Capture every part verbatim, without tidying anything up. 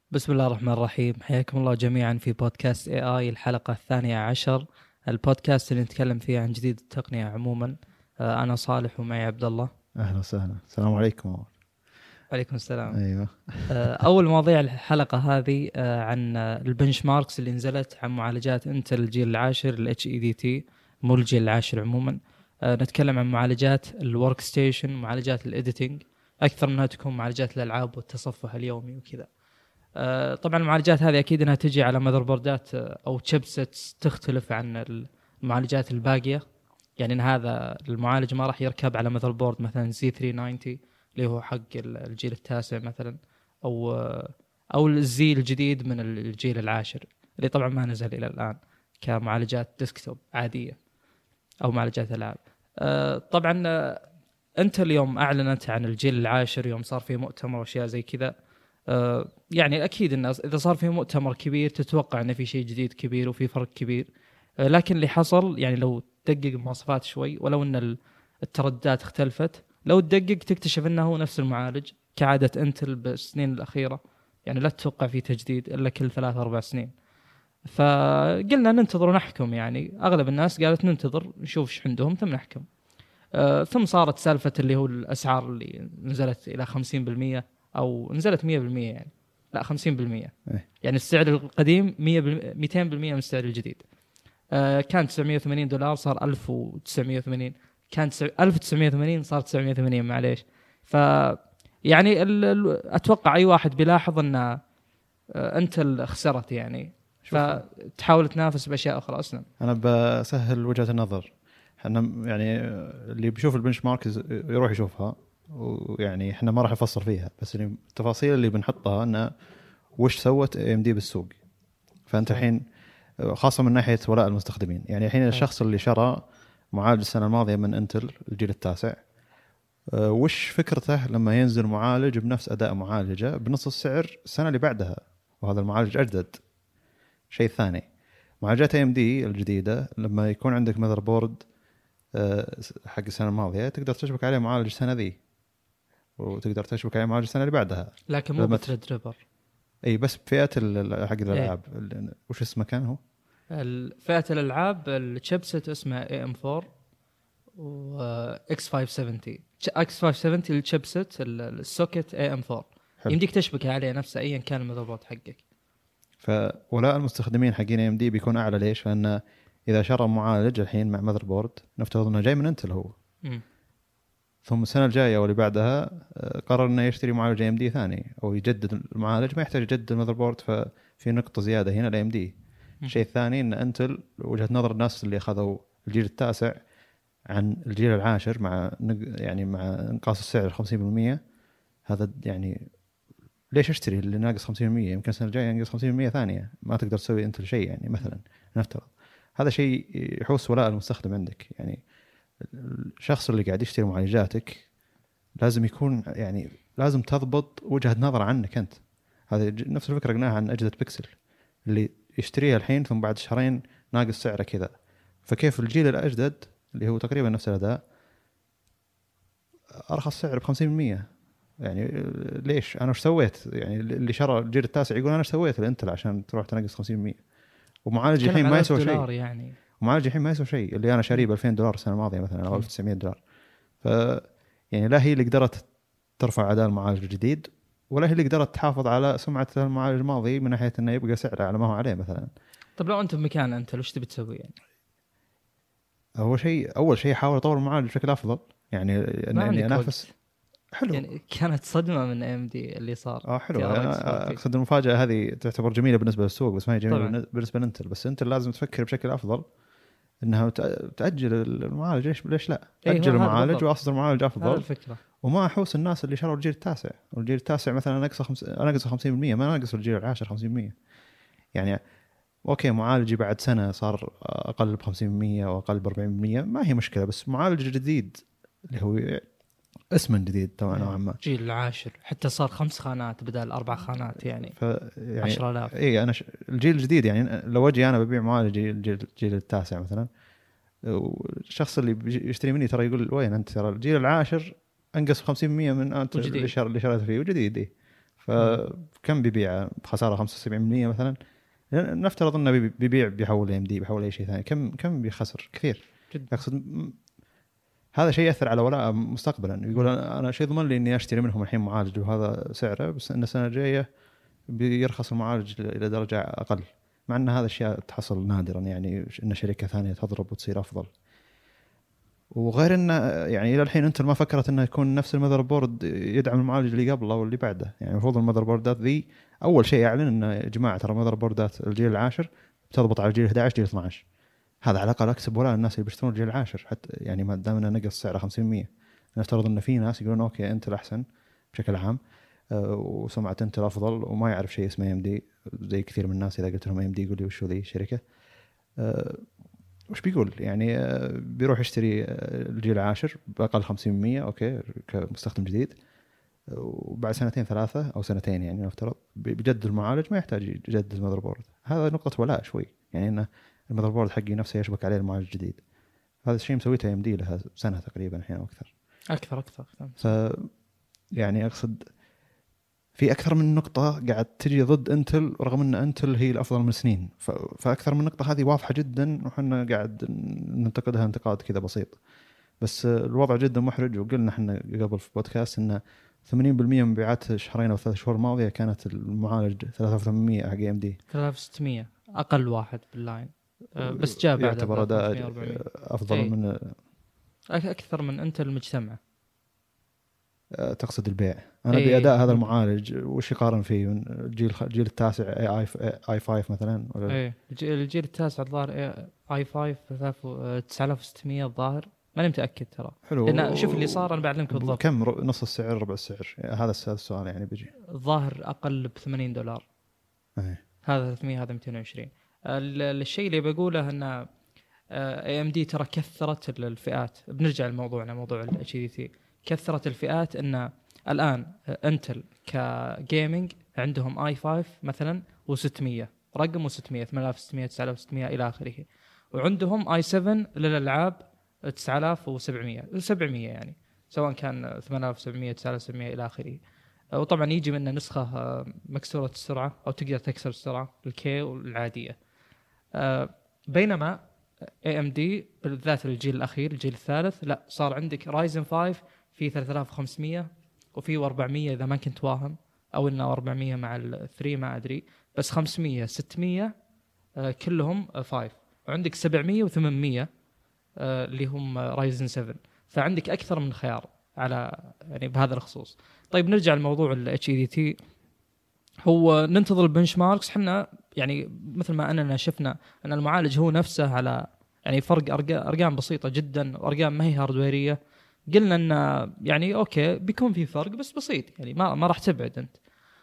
بسم الله الرحمن الرحيم. حياكم الله جميعا في بودكاست اي اي الحلقة الثانية عشر، البودكاست اللي نتكلم فيه عن جديد التقنية عموما. آه، أنا صالح ومعي عبد الله. أهلا وسهلا، السلام عليكم. وعليكم السلام. أيوة. آه، أول مواضيع الحلقة هذه آه، عن البنش ماركس اللي نزلت عن معالجات انتل الجيل العاشر ال إتش إي دي تي، مو الجيل العاشر عموما. آه، نتكلم عن معالجات الورك ستيشن، معالجات الإديتنج، أكثر منها تكون معالجات الألعاب والتصفح اليومي وكذا. آه، طبعا المعالجات هذه اكيد انها تجي على مذربوردات او تشيبسيتس تختلف عن المعالجات الباقيه. يعني ان هذا المعالج ما راح يركب على مذربورد مثلا زي ثلاثمية وتسعين اللي هو حق الجيل التاسع مثلا، او او الزي الجديد من الجيل العاشر اللي طبعا ما نزل الى الان كمعالجات ديسكتوب عاديه او معالجات العاب. آه، طبعا انت اليوم اعلنت عن الجيل العاشر يوم صار في مؤتمر واشياء زي كذا. آه، يعني أكيد الناس إذا صار في مؤتمر كبير تتوقع أن في شيء جديد كبير وفي فرق كبير. آه، لكن اللي حصل يعني لو تدقق مواصفات شوي، ولو أن الترددات اختلفت، لو تدقق تكتشف أنه هو نفس المعالج كعادة انتل بالسنين الأخيرة. يعني لا تتوقع في تجديد إلا كل ثلاث أربع سنين. فقلنا ننتظر ونحكم، يعني أغلب الناس قالت ننتظر نشوف إيش عندهم ثم نحكم. آه، ثم صارت سالفة اللي هو الأسعار اللي نزلت إلى خمسين بالمية أو نزلت مية بالمية، يعني لا خمسين بالمية. إيه. يعني السعر القديم مية بالمية ميتين بالمية من السعر الجديد. آه، كان تسعمية وثمانين دولار صار ألف وتسعمية وثمانين، كان ألف وتسعمية وثمانين صار تسعمية وثمانين، معليش. ف يعني ال... ال- أتوقع أي واحد بيلاحظ أن آه، أنت اللي خسرت، يعني فتحاول تنافس بأشياء أخرى أسلم. أنا بسهل وجهة النظر. احنا يعني اللي بيشوف البنش مارك يروح يشوفها، ويعني احنا ما راح نفصل فيها، بس التفاصيل اللي بنحطها انه وش سوت اي ام دي بالسوق. فانت الحين خاصة من ناحية ولاء المستخدمين، يعني الحين الشخص اللي شرى معالج السنة الماضية من انتل الجيل التاسع، وش فكرته لما ينزل معالج بنفس أداء معالجه بنص السعر السنة اللي بعدها، وهذا المعالج أجدد. شيء ثاني، معالجات إيه إم دي الجديدة لما يكون عندك ماذر بورد حق السنة الماضية تقدر تشبك عليه معالج السنة ذي، وتقدر تشبك عليه معالج السنة اللي بعدها، لكن مو بثريد ريبر. أي بس بفئة حق الألعاب. إيه؟ وش اسمه كان هو؟ فئة الألعاب الشيبسيت اسمها إيه إم فور و إكس خمسمية وسبعين. إكس خمسمية وسبعين الشيبسيت السوكت إيه إم فور يمديك تشبكه عليه نفسه أيا كان المذربورد حقك. فولاء المستخدمين حقين إيه إم دي بيكون أعلى. ليش؟ لأن إذا شرى معالج الحين مع ماذر بورد نفترض أنه جاي من انتل هو، م. ثم السنة الجاية واللي بعدها قرر أنه يشتري معالج إيه إم دي ثاني أو يجدد المعالج، ما يحتاج يجدد الماذر بورد، ففي نقطة زيادة هنا ل إيه إم دي. الشيء الثاني أن انتل وجهة نظر الناس اللي أخذوا الجيل التاسع عن الجيل العاشر مع يعني مع انقاص السعر خمسين بالمية، هذا يعني ليش اشتري اللي ناقص خمسين بالمية؟ يمكن السنة الجاية ينقص خمسين بالمية ثانية، ما تقدر تسوي انت شيء. يعني مثلا نفترض هذا شيء يحوس ولاء المستخدم عندك. يعني الشخص اللي قاعد يشتري معالجاتك لازم يكون يعني لازم تضبط وجهة نظر عنك انت. هذا نفس الفكرة قلناها عن أجهزة بيكسل اللي يشتريها الحين ثم بعد شهرين ناقص سعره كذا. فكيف الجيل الأجدد اللي هو تقريبا نفس الأداء أرخص سعر بخمسين بالمية؟ يعني ليش؟ أنا وش سويت؟ يعني اللي شرى الجيل التاسع يقول أنا وش سويت لأنتل عشان تروح تنقص خمسين بالمية؟ ومعالج الحين ما يسوي شيء. يعني ومعالج الحين ما يسوي شيء، اللي أنا شاريه بألفين دولار السنة الماضية مثلا أو ألف وتسعمية دولار. ف يعني لا هي اللي قدرت ترفع أداء المعالج الجديد، ولا هي اللي قدرت تحافظ على سمعة المعالج الماضي من ناحية إنه يبقى سعره على ما هو عليه مثلا. طب لو أنت بمكان أنتل وش تبي تسوي؟ يعني أول شيء أول شيء حاول أطور المعالج بشكل أفضل، يعني إني أنافس. حلو. يعني كانت صدمة من إيه إم دي اللي صار. اه حلو. أنا أقصد المفاجأة هذه تعتبر جميلة بالنسبة للسوق، بس ما هي جميلة طبعا بالنسبة لأنتل. بس أنت لازم تفكر بشكل أفضل إنها تأجل المعالج. ليش ليش لا أجل المعالج وأصدر معالج أفضل. هذا الفكرة. وما أحوس الناس اللي شروا الجيل التاسع، والجيل التاسع مثلا نقص خمس نقص خمسين بالمية، ما نقص الجيل العاشر خمسين بالمية. يعني أوكي معالجي بعد سنة صار أقل بخمسين بالمية وأقل بأربعين بالمية، ما هي مشكلة. بس معالج جديد اللي هو اسم جديد طبعا نوعا ما، جيل العاشر حتى صار خمس خانات بدل أربع خانات، يعني, يعني عشرة آلاف. إيه أنا ش... الجيل الجديد يعني لو أجي أنا ببيع معالج الجيل الجيل التاسع مثلا، والشخص اللي يشتري مني ترى يقول وين أنت، ترى الجيل العاشر أنقص خمسين بالمية من أنت اللي شر... اللي شريت فيه وجديد. إيه فكم بيبيع بخساره خمسة وسبعين بالمئة مثلا. نفترض انه بيبيع بيحول ام دي بيحول اي شيء ثاني، كم كم بيخسر كثير جدا. اقصد هذا شيء ياثر على ولاء مستقبلا. يقول انا شيء ضمن لي اني اشتري منهم الحين معالج وهذا سعره، بس ان السنه الجايه بيرخص المعالج الى درجه اقل، مع ان هذا الشيء تحصل نادرا، يعني ان شركه ثانيه تضرب وتصير افضل. وغير انه يعني الى الحين انت ما فكرت انه يكون نفس المذر بورد يدعم المعالج اللي قبله واللي بعده. يعني المفروض المذر بوردات ذي اول شيء يعلن انه يا جماعه ترى مذر بوردات الجيل العاشر بتضبط على الجيل أحد عشر جيل اثنا عشر. هذا على الاقل اكسب ولا الناس اللي بيشترون الجيل العاشر، حتى يعني ما دام انه نقص سعره خمسين بالمئة. نفترض ان في ناس يقولون اوكي انت الاحسن بشكل عام وسمعه انت الافضل وما يعرف شيء اسمه ام دي، زي كثير من الناس اذا قلت لهم ام دي يقول لي وشو ذي الشركه. وش بيقول يعني بيروح يشتري الجيل العاشر بأقل خمسين بالمئة أوكي كمستخدم جديد، وبعد سنتين ثلاثة أو سنتين يعني نفترض بجد المعالج ما يحتاج يجدد المذر بورد. هذا نقطة ولاء شوي، يعني إن المذر بورد حقي نفسه يشبك عليه المعالج الجديد. هذا الشيء مسويته ام دي لها سنة تقريبا الحين أو أكثر أكثر أكثر ف يعني أقصد في أكثر من نقطة قاعد تجي ضد انتل، رغم أن انتل هي الأفضل من سنين. فأكثر من نقطة هذه واضحة جدا وحنا قاعد ننتقدها انتقاد كذا بسيط، بس الوضع جدا محرج. وقلنا احنا قبل في بودكاست أن ثمانين بالمئة من مبيعات شهرين أو ثلاث شهور الماضية كانت المعالج ثلاثة آلاف وثمانمئة حق ام دي، ثلاثة آلاف وستمئة أقل واحد باللاين، بس جاء بعد يعتبر أداء أفضل ايه. من أكثر من انتل المجتمع. تقصد البيع. أنا أيه. بأداء هذا المعالج وش يقارن فيه الجيل الجيل التاسع اي اي خمسة مثلا ولا ايه الجيل التاسع الظاهر اي خمسة تسعة آلاف وستمئة الظاهر، ماني متأكد ترى. حلو. لأن شوف اللي صار أنا بعلمك بالضبط. كم نص السعر ربع السعر؟ هذا السؤال يعني بيجي. الظاهر أقل بثمانين دولار. أيه. هذا ثلاثمئة هذا مئتين وعشرين. الشيء اللي بقوله أن اي ام دي ترى كثرت الفئات. بنرجع لموضوعنا موضوع الاتش دي تي. كثرت الفئات ان الان انتل كجيمنج عندهم اي خمسة مثلا و600 رقم و600 ثمانية آلاف وستمئة تسعة آلاف وستمئة الى اخره، وعندهم اي سبعة للالعاب تسعة آلاف وسبعمئة سبعمئة يعني سواء كان ثمانية آلاف وسبعمئة تسعة آلاف وسبعمئة الى اخره. وطبعا يجي منه نسخه مكسوره السرعه او تقدر تكسر السرعه الكي والعاديه. بينما اي ام دي بالذات الجيل الاخير الجيل الثالث لا، صار عندك رايزن خمسة في ثلاثة آلاف وخمسمئة وفي أربعمئة اذا ما كنت واهم، او انه أربعمئة مع الثري ما ادري، بس خمسمئة ستمئة آه كلهم خمسة، وعندك سبعمئة وثمانمئة آه اللي هم رايزن سبعة. فعندك اكثر من خيار على يعني بهذا الخصوص. طيب نرجع لموضوع الاتش اي دي تي. هو ننتظر البنش ماركس. حنا يعني مثل ما اننا شفنا ان المعالج هو نفسه على يعني فرق ارقام بسيطه جدا، وارقام ما هي هاردويريه. قلنا ان يعني اوكي بيكون في فرق بس بسيط، يعني ما ما راح تبعد انت.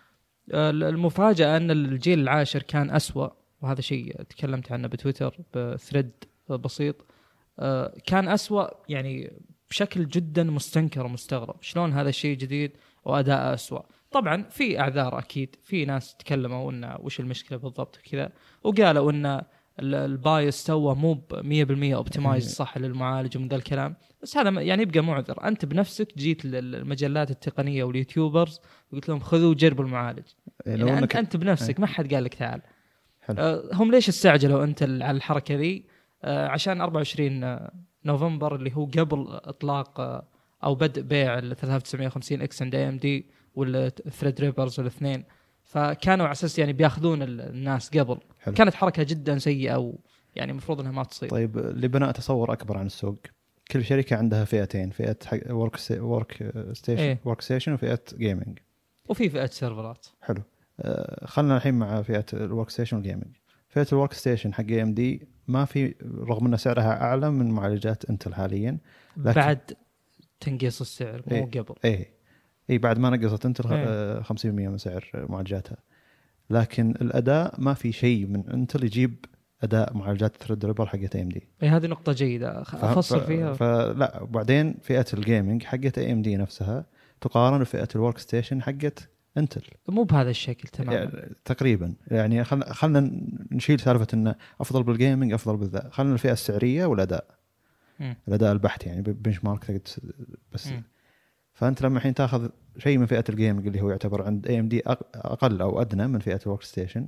المفاجاه ان الجيل العاشر كان أسوأ، وهذا شيء تكلمت عنه بتويتر بثريد بسيط. كان أسوأ يعني بشكل جدا مستنكر ومستغرب. شلون هذا الشيء جديد واداء أسوأ؟ طبعا في اعذار اكيد، في ناس تكلموا انه وش المشكله بالضبط كذا، وقالوا ان البايس سوى مو مية بالمية اوبتمايز صح للمعالج ومن ذا الكلام. بس هذا يعني يبقى معذر. انت بنفسك جيت للمجلات التقنيه واليوتيوبرز وقلت لهم خذوا جربوا المعالج. يعني انت, انت بنفسك ما حد قال لك تعال. أه هم ليش استعجلوا انت على الحركه ذي؟ أه عشان أربعة وعشرين نوفمبر اللي هو قبل اطلاق أه او بدء بيع ال ثلاثة آلاف وتسعمئة وخمسين اكس عند اي ام دي والثريد ريبرز والاثنين، فكانوا على اساس يعني بياخذون الناس قبل. حلو. كانت حركه جدا سيئه ويعني المفروض انها ما تصير. طيب لبناء تصور اكبر عن السوق، كل شركه عندها فئتين، فئه ورك ورك ستيشن ورك ستيشن وفئه جيمنج، وفي فئه سيرفرات. حلو. آه خلينا الحين مع فئه الورك ستيشن والجيمنج. فئه الورك ستيشن حق اي ام دي ما في، رغم ان سعرها اعلى من معالجات انتل حاليا، بعد تنقيص السعر مو ايه قبل. ايه اي بعد ما نقصت انتل ايه. خمسين بالمئة من سعر معالجاتها، لكن الاداء ما في شيء من انتل يجيب اداء معالجات ثريد ريبر حقت اي ام دي. اي هذه نقطه جيده افصل فيها. فلا وبعدين فئه الجيمنج حقت اي ام دي نفسها تقارن بفئه الورك ستيشن حقت انتل مو بهذا الشكل تماما يعني تقريبا. يعني خلنا خلنا نشيل سالفه انه افضل بالجيمنج افضل بالذا، خلنا الفئه السعريه والاداء م. الاداء البحت يعني بنش مارك بس م. فانت لما الحين تاخذ شيء من فئه الجيمنج اللي هو يعتبر عند اي ام دي اقل او ادنى من فئه الورك ستيشن،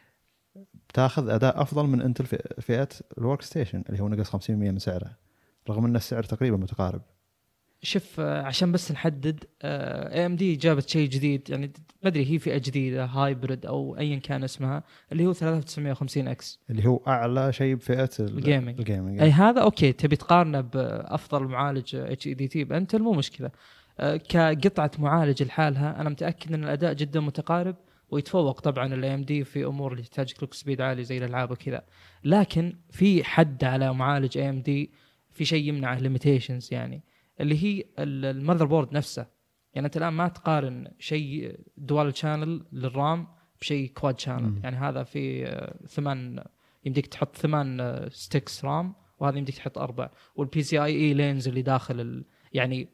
بتاخذ اداء افضل من انتل فئه الورك ستيشن اللي هو نقص خمسين بالمئة من سعره، رغم ان السعر تقريبا متقارب. شوف عشان بس نحدد، اي ام دي جابت شيء جديد، يعني ما ادري هي فئه جديده هايبرد او ايا كان اسمها، اللي هو ثلاثة آلاف وتسعمائة وخمسين اكس اللي هو اعلى شيء بفئه الجيمنج. الجيمنج اي هذا اوكي، تبي تقارنه بافضل معالج اتش اي دي تي بانتل مو مشكله. كقطعه معالج لحالها انا متاكد ان الاداء جدا متقارب، ويتفوق طبعا الاي ام دي في امور اللي تحتاج كلوك سبيد عالي زي الالعاب وكذا، لكن في حد على معالج اي ام دي، في شيء يمنع ليميتيشنز، يعني اللي هي المذر بورد نفسه. يعني انت الان ما تقارن شيء دوال شانل للرام بشيء كواد شانل، يعني هذا في ثمان يمديك تحط ثمان ستيكس رام، وهذا يمديك تحط اربع، والبي سي اي اي لينز اللي داخل ال... يعني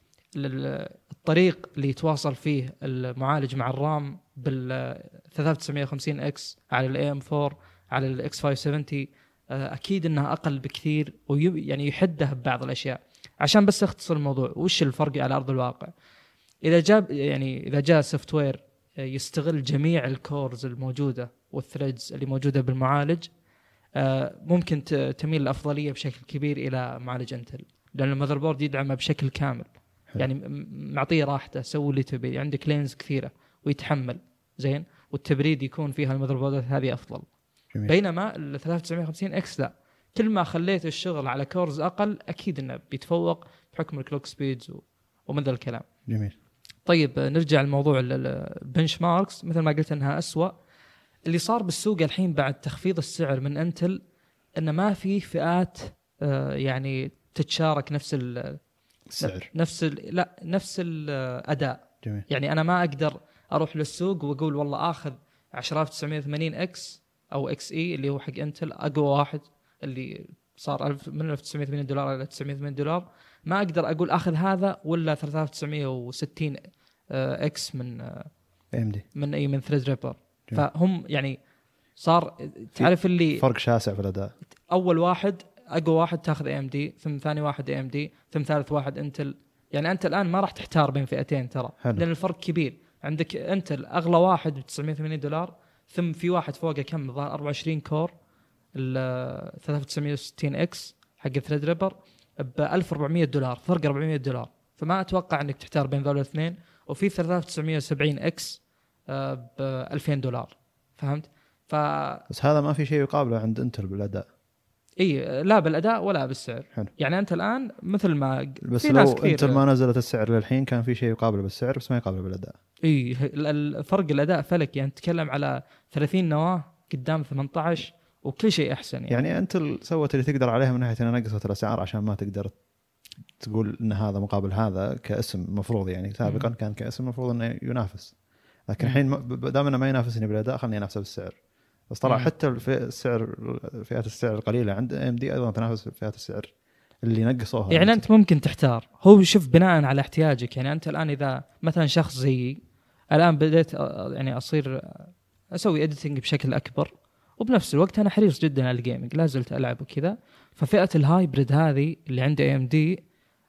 الطريق اللي يتواصل فيه المعالج مع الرام بال ثلاثة آلاف وتسعمائة وخمسين اكس على الاي ام أربعة على الاكس خمسمائة وسبعين، اكيد انها اقل بكثير، ويعني يحدها ببعض الاشياء. عشان بس اختصر الموضوع، وش الفرق على ارض الواقع؟ اذا جاب يعني اذا جاء سوفت وير يستغل جميع الكورز الموجوده والثريدز اللي موجوده بالمعالج، ممكن تميل الافضليه بشكل كبير الى معالج انتل، لان المذر بورد يدعمه بشكل كامل. يعني معطيه راحته، سوي اللي تبي، عندك لينز كثيره ويتحمل زين، والتبريد يكون فيها المذر بوردات هذه افضل. جميل. بينما ال ثلاثة آلاف وتسعمائة وخمسين اكس لا، كل ما خليت الشغل على كورز اقل اكيد انه بيتفوق بحكم الكلوك سبيدز ومن ذا الكلام. جميل. طيب نرجع لموضوع البنش ماركس، مثل ما قلت انها أسوأ. اللي صار بالسوق الحين بعد تخفيض السعر من انتل ان ما في فئات يعني تتشارك نفس السعر، نفس ال لا نفس الاداء. جميل. يعني انا ما اقدر اروح للسوق واقول والله اخذ عشرة آلاف وتسعمائة وثمانين اكس او اكس اي اللي هو حق انتل اقوى واحد اللي صار ألف من ألف وتسعمائة وثمانين دولار الى تسعمائة وثمانين دولار، ما اقدر اقول اخذ هذا ولا ثلاثة آلاف وتسعمائة وستين اكس من ام دي من اي من ثريد ريبر. فهم يعني صار تعرف اللي فرق شاسع في الاداء. اول واحد اقوى واحد تاخذ اي ام دي، ثم ثاني واحد اي ام دي، ثم ثالث واحد انتل. يعني انت الان ما راح تحتار بين فئتين ترى، حلو. لان الفرق كبير. عندك انتل اغلى واحد ب تسعمائة وثمانين دولار، ثم في واحد فوقه كم ظهر أربعة وعشرين كور ال ثلاثة آلاف وتسعمائة وستين اكس حق ثريد ريبر ب ألف وأربعمائة دولار، فرق أربعمائة دولار. فما اتوقع انك تحتار بين ذول الاثنين. وفي ثلاثة آلاف وتسعمائة وسبعين اكس ب ألفين دولار، فهمت؟ ف بس هذا ما في شيء يقابله عند انتل بالاداء. اي لا بالاداء ولا بالسعر. حلو. يعني انت الان مثل ما بس لو انتل ما نزلت السعر للحين كان في شيء يقابله بالسعر بس ما يقابله بالاداء. اي الفرق الاداء فلك، يعني تتكلم على ثلاثين نواه قدام ثمانية عشر وكل شيء احسن. يعني, يعني انتل سوت اللي تقدر عليها من ناحيه انها نقصت الاسعار عشان ما تقدر تقول ان هذا مقابل هذا كاسم مفروض. يعني سابقا كان كاسم مفروض انه ينافس، لكن الحين دام انه ما ينافسني بالاداء خلني انافسه بالسعر. بس طلع حتى في السعر فئات السعر القليله عند ام دي ايضا تنافس فئات السعر اللي نقصوها. يعني انت ممكن تحتار، هو شوف بناء على احتياجك. يعني انت الان اذا مثلا شخص زيي الان بديت يعني اصير اسوي اديتنج بشكل اكبر، وبنفس الوقت انا حريص جدا على الجيمنج، لا زلت العب وكذا. ففئه الهايبريد هذه اللي عندي اي ام دي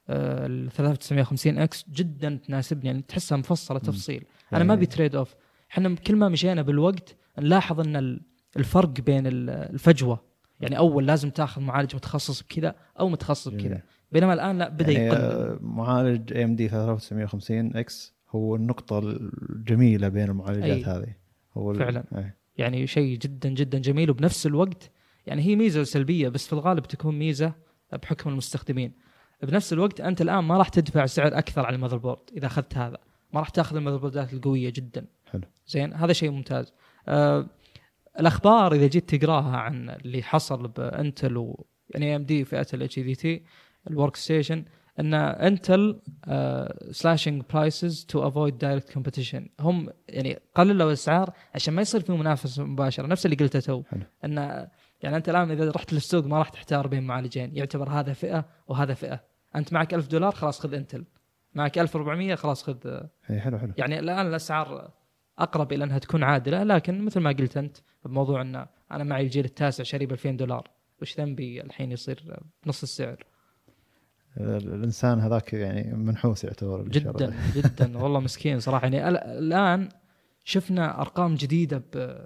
ال ثلاثة آلاف وتسعمائة وخمسين اكس جدا تناسبني، يعني تحسها مفصله تفصيل. انا ما بتريد اوف. احنا كل ما مشينا بالوقت نلاحظ ان الفرق بين الفجوه، يعني اول لازم تاخذ معالج متخصص بكذا او متخصص بكذا، بينما الان لا بدا يعني يقل. معالج اي ام دي ثلاثة آلاف وتسعمائة وخمسين اكس هو النقطه الجميله بين المعالجات. أي. هذه هو فعلا أي. يعني شيء جدا جدا جميل، وبنفس الوقت يعني هي ميزه سلبيه بس في الغالب تكون ميزه بحكم المستخدمين. بنفس الوقت انت الان ما راح تدفع سعر اكثر على المذر بورد اذا اخذت هذا، ما راح تاخذ المذر بوردات القويه جدا. حلو. زين، هذا شيء ممتاز. أه الاخبار اذا جيت تقراها عن اللي حصل بانتل و يعني ام دي فئه الاتش دي تي الورك ستيشن، ان انتل سلاشينج برايسز تو افويد دايركت كومبيتيشن. هم يعني قللوا الاسعار عشان ما يصير في منافسه مباشره، نفس اللي قلته تو. ان يعني انت الان اذا رحت للسوق ما راح تحتار بين معالجين، يعتبر هذا فئه وهذا فئه. انت معك ألف دولار خلاص خذ انتل، معك ألف وأربعمائة خلاص خذ. حلو حلو. يعني الان الاسعار اقرب الى انها تكون عادله، لكن مثل ما قلت انت بموضوع ان انا معي الجيل التاسع شاري ب ألفين دولار، وش ذنبي الحين يصير بنص السعر؟ الانسان هذاك يعني منحوس يعتبر جدا جدا والله مسكين صراحه. يعني الان شفنا ارقام جديده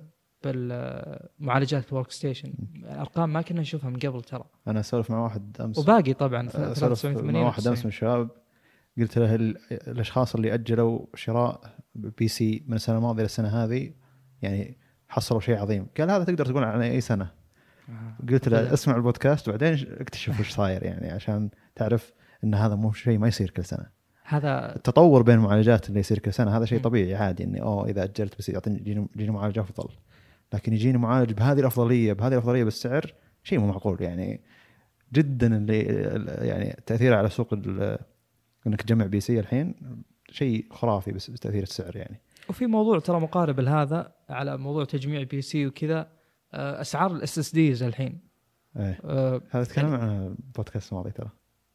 بالمعالجات الورك ستيشن، ارقام ما كنا نشوفها من قبل ترى. انا اسولف مع واحد امس، وباقي طبعا اسولف مع واحد امس من الشباب، قلت له الاشخاص اللي اجلوا شراء بي سي من السنه الماضيه للسنه هذه يعني حصلوا شيء عظيم. قال هذا تقدر تقول عن اي سنه. آه. قلت له اسمع البودكاست وبعدين اكتشف وش صاير يعني عشان تعرف ان هذا مو شيء ما يصير كل سنه. هذا التطور بين المعالجات اللي يصير كل سنه هذا شيء طبيعي عادي، اني اوه اذا اجلت بس يعطيني يجيني معالج افضل، لكن يجيني معالج بهذه الافضليه بهذه الافضليه بالسعر شيء مو معقول يعني جدا. اللي يعني تاثيره على سوق انك تجمع بي سي الحين شيء خرافي بس تاثير السعر يعني. وفي موضوع ترى مقارب لهذا على موضوع تجميع بي سي وكذا، اسعار الاس اس ديز الحين. ايه أه هذا تكلمنا يعني عنه بودكاست ماضي ترى.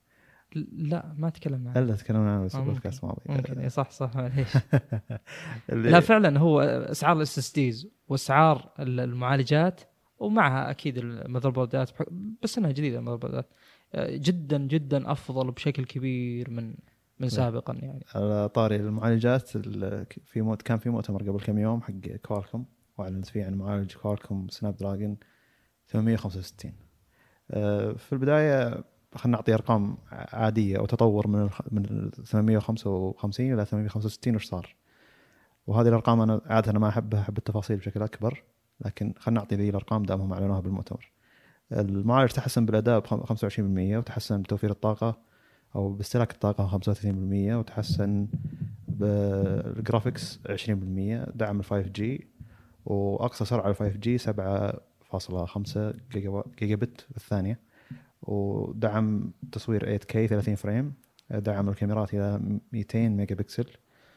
لا ما تكلمنا عنه. لا تكلمنا عنه بس بودكاست ماضي. ممكن اي صح صح معليش. لا فعلا هو اسعار الاس اس ديز واسعار المعالجات ومعها اكيد المذر بوردات، بس انها جديده المذر بوردات جدا جدا افضل بشكل كبير من من سابقا يعني. على طاري المعالجات، في موت كان في مؤتمر قبل كم يوم حق كوالكوم واعلنت فيه عن معالج كوالكوم سناب دراجون ثمانمية وخمسة وستين. في البدايه خلينا نعطي ارقام عاديه او تطور من من ثمانمية وخمسة وخمسين الى ثمانمية وخمسة وستين وش صار. وهذه الارقام انا عاده انا ما احبها، احب التفاصيل بشكل اكبر، لكن خلينا نعطي ذي الارقام دامهم اعلنوها بالمؤتمر. المعالج تحسن بالاداء ب خمسة وعشرين بالمية، وتحسن بتوفير الطاقه او باستهلاك الطاقه خمسة وثلاثين بالمية، وتحسن بالجرافيكس عشرين بالمية، دعم ال فايف جي، واقصى سرعه ال فايف جي سبعة فاصلة خمسة جيجا بت بالثانيه، ودعم تصوير ثمانية كي ثلاثين فريم، دعم الكاميرات الى مئتين ميجا بكسل،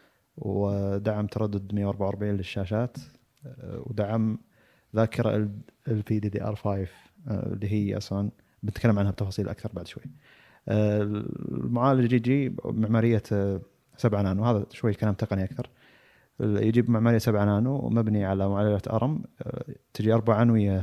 ودعم تردد مئة وأربعة وأربعين للشاشات، ودعم ذاكره ال بي دي دي ار خمسة اللي هي اصلا بنتكلم عنها بتفاصيل اكثر بعد شوي. المعالج يجي معماريه سبعة نانو، هذا شوي كلام تقني اكثر. يجيب معماريه سبعة نانو ومبني على معالجات ارم، تجي اربع انويه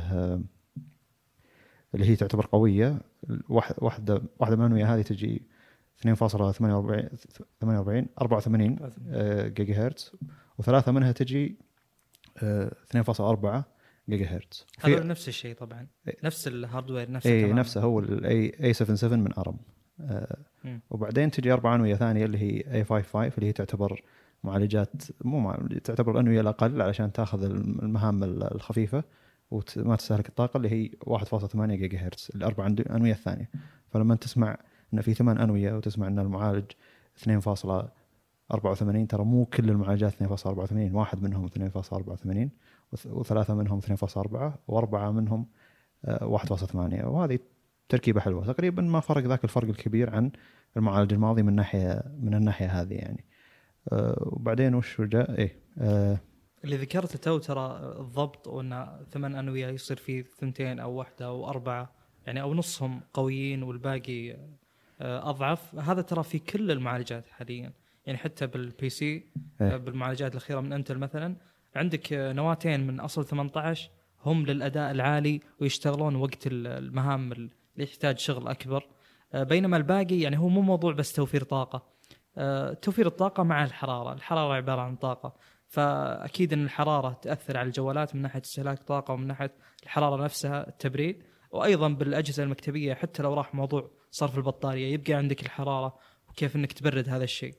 اللي هي تعتبر قويه، واحده واحده من الانويه هذه تجي اثنين فاصلة ثمانية وأربعين أربعة وثمانين جيجا هرتز، وثلاثه منها تجي اثنين فاصلة أربعة جيجا هرتز. هذا نفس الشيء طبعا، نفس الهاردوير نفسه اي نفسه هو الاي اي سبعة سبعة من ارم. آه وبعدين تجي اربع انويه ثانيه اللي هي اي خمسة خمسة اللي هي تعتبر معالجات مو مع... تعتبر الانويه الاقل علشان تاخذ المهام الخفيفه وما تستهلك الطاقه، اللي هي واحد فاصلة ثمانية جيجا هرتز الاربع انويه الثانيه. فلما تسمع ان في ثمان انويه وتسمع ان المعالج اثنين فاصلة أربعة وثمانين، ترى مو كل المعالجات اثنين فاصلة أربعة وثمانين، واحد منهم اثنين فاصلة أربعة وثمانين، وثلاثه منهم اثنين فاصلة أربعة، واربعه منهم واحد فاصلة ثمانية، وهذه تركيبه حلوه تقريبا ما فرق ذاك الفرق الكبير عن المعالج الماضي من ناحيه من الناحيه هذه يعني. أه وبعدين وش جاء ايه أه اللي ذكرته تو ترى الضبط، وان ثمان انويه يصير فيه ثنتين او واحده او اربعه يعني، او نصهم قويين والباقي أه اضعف. هذا ترى في كل المعالجات حاليا يعني، حتى بالبي سي أه بالمعالجات الاخيره من انتل مثلا عندك نواتين من اصل ثمانية عشر هم للاداء العالي ويشتغلون وقت المهام اللي يحتاج شغل اكبر، بينما الباقي يعني هو مو موضوع بس توفير طاقه، توفير الطاقه مع الحراره. الحراره عباره عن طاقه، فاكيد ان الحراره تاثر على الجوالات من ناحيه استهلاك طاقه ومن ناحيه الحراره نفسها التبريد، وايضا بالاجهزه المكتبيه حتى لو راح موضوع صرف البطاريه يبقى عندك الحراره وكيف انك تبرد هذا الشيء.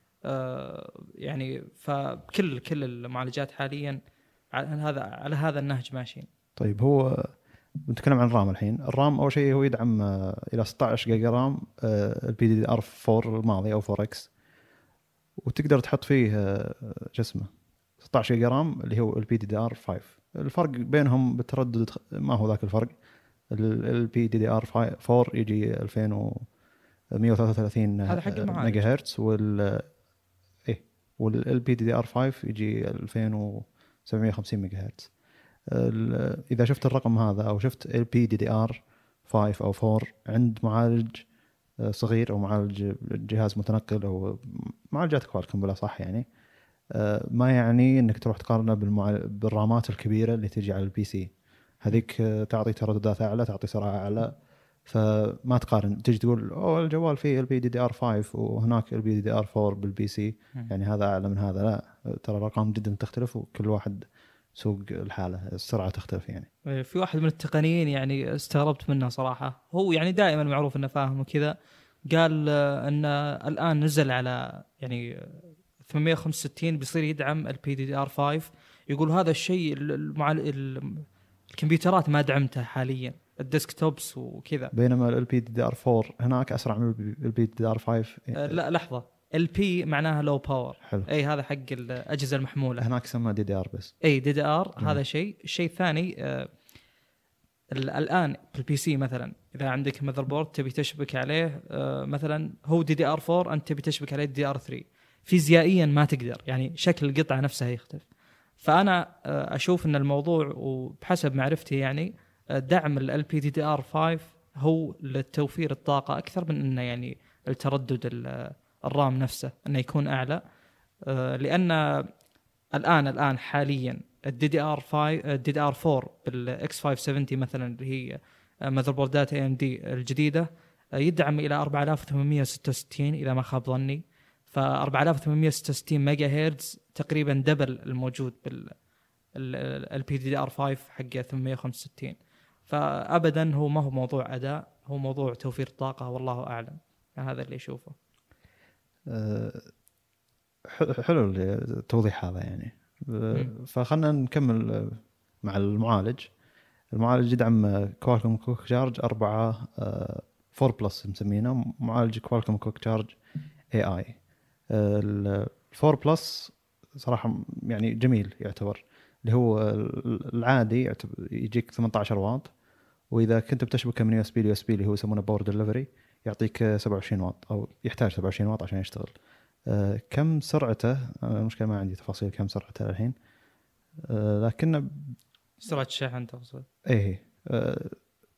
يعني فكل كل المعالجات حاليا على هذا على هذا النهج ماشيين. طيب هو بنتكلم عن الرام الحين. الرام اول شيء هو يدعم الى ستة عشر جيجا رام البي دي دي ار أربعة الماضي او فور إكس، وتقدر تحط فيه جسمه ستة عشر جيجا رام اللي هو البي دي دي ار خمسة. الفرق بينهم بالتردد ما هو ذاك الفرق. البي دي دي ار أربعة يجي ألفين ومئة وثلاثة وثلاثين ميجا هرتز، وال ايه والبي دي دي ار خمسة يجي ألفين وسبعمئة وخمسين ميجا هرتز. إذا شفت الرقم هذا أو شفت ال بي دي دي آر خمسة أو أربعة عند معالج صغير أو معالج جهاز متنقل أو معالجات كوالكوم بلا صح يعني، ما يعني أنك تروح تقارنه بالرامات الكبيرة اللي تجي على البي سي. هذيك تعطي ترددات أعلى، تعطي سرعة أعلى، فما تقارن تجي تقول اوه الجوال فيه ال بي دي دي ار خمسة وهناك ال بي دي دي ار أربعة بالبي سي يعني هذا اعلى من هذا. لا ترى الارقام جدا تختلف وكل واحد سوق الحاله السرعه تختلف. يعني في واحد من التقنيين يعني استغربت منه صراحه، هو يعني دائما معروف انه فاهم وكذا، قال ان الان نزل على يعني ثمانمية وخمسة وستين بيصير يدعم ال بي دي دي ار خمسة. يقول هذا الشيء المعال... الكمبيوترات ما دعمته حاليا، الديسكتوبس وكذا، بينما ال بي دي دي ار أربعة هناك اسرع من ال بي دي دي ار خمسة. أه لا لحظه، ال بي معناها لو باور، اي هذا حق الاجهزه المحموله، هناك يسمى دي دي ار بس. اي دي دي ار هذا شيء. الشيء الثاني آه الان بالبي سي مثلا اذا عندك ماذر بورد تبي تشبك عليه آه مثلا هو دي دي ار أربعة، انت تبي تشبك عليه دي دي ار ثلاثة، فيزيائيا ما تقدر، يعني شكل القطعه نفسها يختلف. فانا آه اشوف ان الموضوع وبحسب معرفتي يعني دعم ال بي دي دي ار خمسة هو للتوفير الطاقه اكثر من انه يعني التردد الرام نفسه انه يكون اعلى. آه لان الان الان حاليا الدي دي ار خمسة الدي دي ار أربعة بالاكس خمسمية وسبعين مثلا اللي هي ماذر بوردات اي ام دي الجديده يدعم الى أربعة آلاف وثمانمية وستة وستين اذا ما خاب ظني. ف أربعة آلاف وثمانمية وستة وستين ميجا هرتز تقريبا دبل الموجود بال البي دي دي ار خمسة حق ثمانمية وخمسة وستين. فابدا هو ما هو موضوع اداء، هو موضوع توفير طاقه والله اعلم. هذا اللي اشوفه. أه حلو التوضيح هذا يعني. فخلنا نكمل مع المعالج. المعالج يدعم كوالكوم كويك تشارج أربعة أربعة بلس مسمينه معالج كوالكوم كويك تشارج اي اي. الفور بلس صراحه يعني جميل يعتبر، اللي هو العادي يجيك ثمانية عشر واط، واذا كنت بتشبكه من يو اس بي ليو اس بي اللي هو يسمونه باور ديليفري يعطيك سبعة وعشرين واط او يحتاج سبعة وعشرين واط عشان يشتغل. أه كم سرعته؟ المشكله ما عندي تفاصيل كم سرعته الحين، أه لكن سرعه الشحن تقصد؟ ايه أه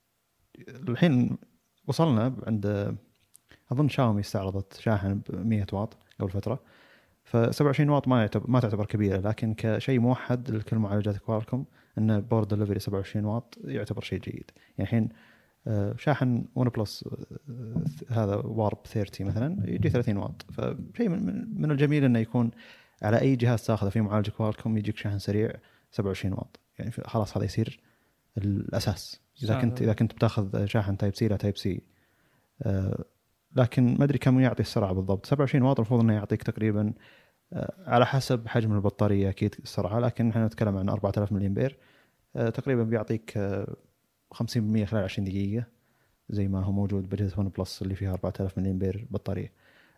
الحين وصلنا عند اظن شاومي استعرضت شاحن ب مية واط قبل فتره، ف سبعة وعشرين واط ما يعتبر ما تعتبر كبيره، لكن كشيء موحد لكل معالجات كوالكوم ان بورد ديليفري سبعة وعشرين واط يعتبر شيء جيد. يعني الحين شاحن ون بلس هذا وارب ثلاثين مثلا يجي ثلاثين واط، فشيء من الجميل انه يكون على اي جهاز تاخذه في معالج كوالكوم يجيك شاحن سريع سبعة وعشرين واط. يعني خلاص هذا يصير الاساس اذا كنت اذا كنت بتاخذ شاحن تايب سي لا تايب سي. لكن ما ادري كم يعطي السرعه بالضبط. سبعة وعشرين واط المفروض انه يعطيك تقريبا على حسب حجم البطاريه اكيد السرعه، لكن احنا نتكلم عن أربعة آلاف ملي امبير تقريبا بيعطيك خمسين بالمية خلال عشرين دقيقه زي ما هو موجود باجهزه ون بلس اللي فيها أربعة آلاف ملي امبير بطاريه.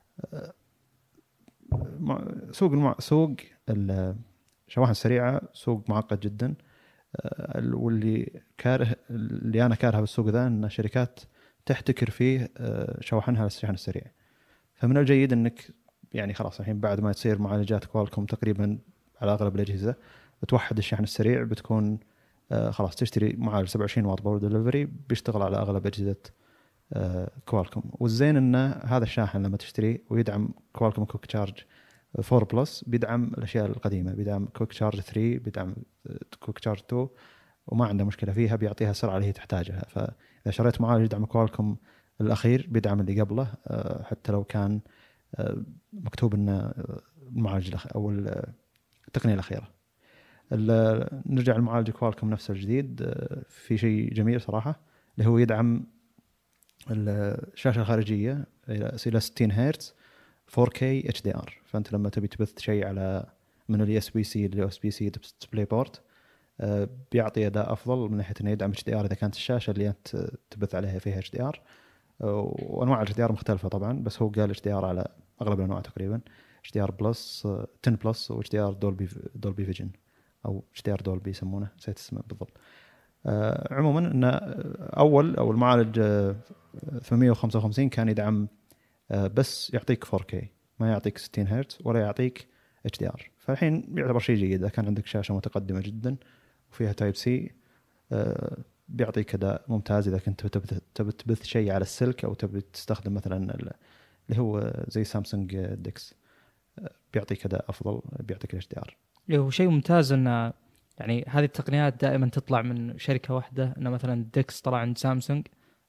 سوق المع... سوق الشواحن السريعه سوق معقد جدا، واللي كاره اللي انا كارهه بالسوق ذا ان الشركات تحتكر فيه شواحنها للشحن السريع. فمن الجيد انك يعني خلاص الحين بعد ما تصير معالجات كوالكوم تقريبا على اغلب الاجهزه توحد الشحن السريع، بتكون خلاص تشتري معالج سبعة وعشرين واط باور ديليفري بيشتغل على اغلب اجهزه كوالكوم. والزين ان هذا الشاحن لما تشتريه ويدعم كوالكوم كويك تشارج أربعة بلس بيدعم الاشياء القديمه، بيدعم كويك تشارج ثلاثة، بيدعم كويك تشارج اثنين، وما عنده مشكله فيها، بيعطيها السرعه اللي هي تحتاجها. فاذا شريت معالج يدعم كوالكوم الأخير بيدعم اللي قبله حتى لو كان مكتوب إنه المعالج أو التقنية الأخيرة. نرجع للمعالج كوالكوم نفسه الجديد، في شيء جميل صراحة اللي هو يدعم الشاشة الخارجية إلى ستين هرتز فور كي اتش دي ار. فأنت لما تبي تبث شيء على من ال اس بي سي لل اس بي سي ديسبلاي بورت بيعطي أداء أفضل من ناحية إنه يدعم اتش دي ار إذا كانت الشاشة اللي أنت تبث عليها فيها اتش دي ار. وأنواع اتش دي ار مختلفة طبعا، بس هو قال اتش دي ار على أغلب الأنواع تقريبا، اتش دي ار بلس عشرة بلس و اتش دي ار دولبي دولبي فيجن أو اتش دي ار دولبي يسمونه، نسيت اسمه بالضبط. آه عموما إن أول أو المعالج آه ثمانمية وخمسة وخمسين كان يدعم آه بس يعطيك فور كي، ما يعطيك ستين هرتز ولا يعطيك اتش دي ار. فالحين يعتبر شيء جيد إذا كان عندك شاشة متقدمة جدا وفيها تايب سي، آه بيعطيك أداء ممتاز. إذا كنت تبي تبث شيء على السلك أو تبي تستخدم مثلا اللي هو زي سامسونج ديكس، بيعطيك أداء أفضل، بيعطيك اتش دي ار. هو شيء ممتاز إن يعني هذه التقنيات دائما تطلع من شركة واحدة، إن مثلا ديكس طلع عند سامسونج،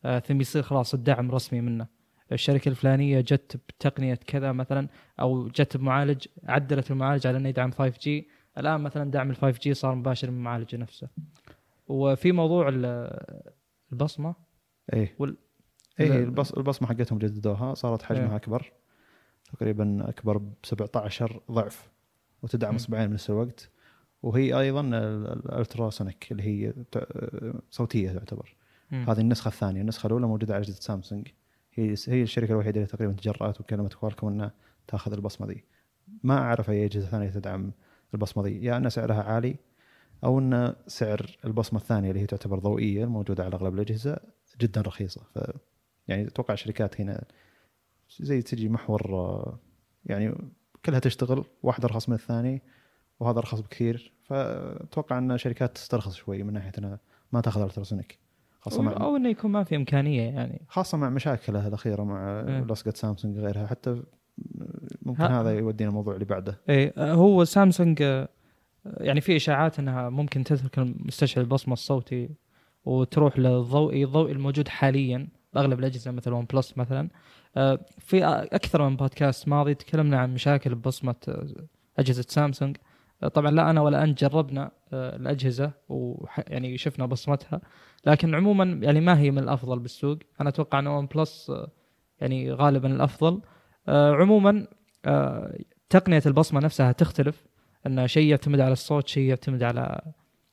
آه ثم يصير خلاص الدعم رسمي منه. الشركة الفلانية جت بتقنية كذا مثلا، أو جت بمعالج عدلت المعالج على أنه يدعم فايف جي. الآن مثلا دعم الفايف جي صار مباشر من المعالج نفسه. وفي موضوع البصمة ايه وال... ايه البص... البصمة حقتهم جددوها، صارت حجمها إيه. أكبر تقريبا أكبر ب سبعة عشر ضعف، وتدعم إصبعين بنفس الوقت. وهي أيضا الألتراسونيك اللي هي صوتية تعتبر. م. هذه النسخة الثانية. النسخة الأولى موجودة على أجهزة سامسونج، هي هي الشركة الوحيدة اللي تقريبا تجرأت وكلمت كوالكوم أنها تأخذ البصمة دي. ما أعرف أي أجهزة ثانية تدعم البصمة دي، يا يعني أن سعرها عالي أو أن سعر البصمة الثانية اللي هي تعتبر ضوئية الموجودة على أغلب الأجهزة جدا رخيصة. ف يعني أتوقع الشركات هنا زي تجي محور يعني كلها تشتغل، واحدة أرخص من الثاني وهذا أرخص بكثير. فأتوقع أن شركات تسترخص شوي من ناحية أنها ما تأخذ التراسونيك، خاصة مع أو إنه يكون ما في إمكانية يعني، خاصة مع مشاكلها الأخيرة مع لصقة سامسونج غيرها. حتى ممكن ها هذا يودينا الموضوع اللي بعده. إيه هو سامسونج يعني في إشاعات أنها ممكن تترك مستشعر البصمة الصوتي وتروح للضوئي. الضوئي الموجود حاليا بأغلب الأجهزة مثل ون بلس مثلا. في أكثر من بودكاست ماضي تكلمنا عن مشاكل ببصمة أجهزة سامسونج. طبعا لا أنا ولا أنت جربنا الأجهزة ويعني شفنا بصمتها، لكن عموما يعني ما هي من الأفضل بالسوق. أنا أتوقع أن ون بلس يعني غالبا الأفضل. عموما تقنية البصمة نفسها تختلف، أن شيء يعتمد على الصوت، شيء يعتمد على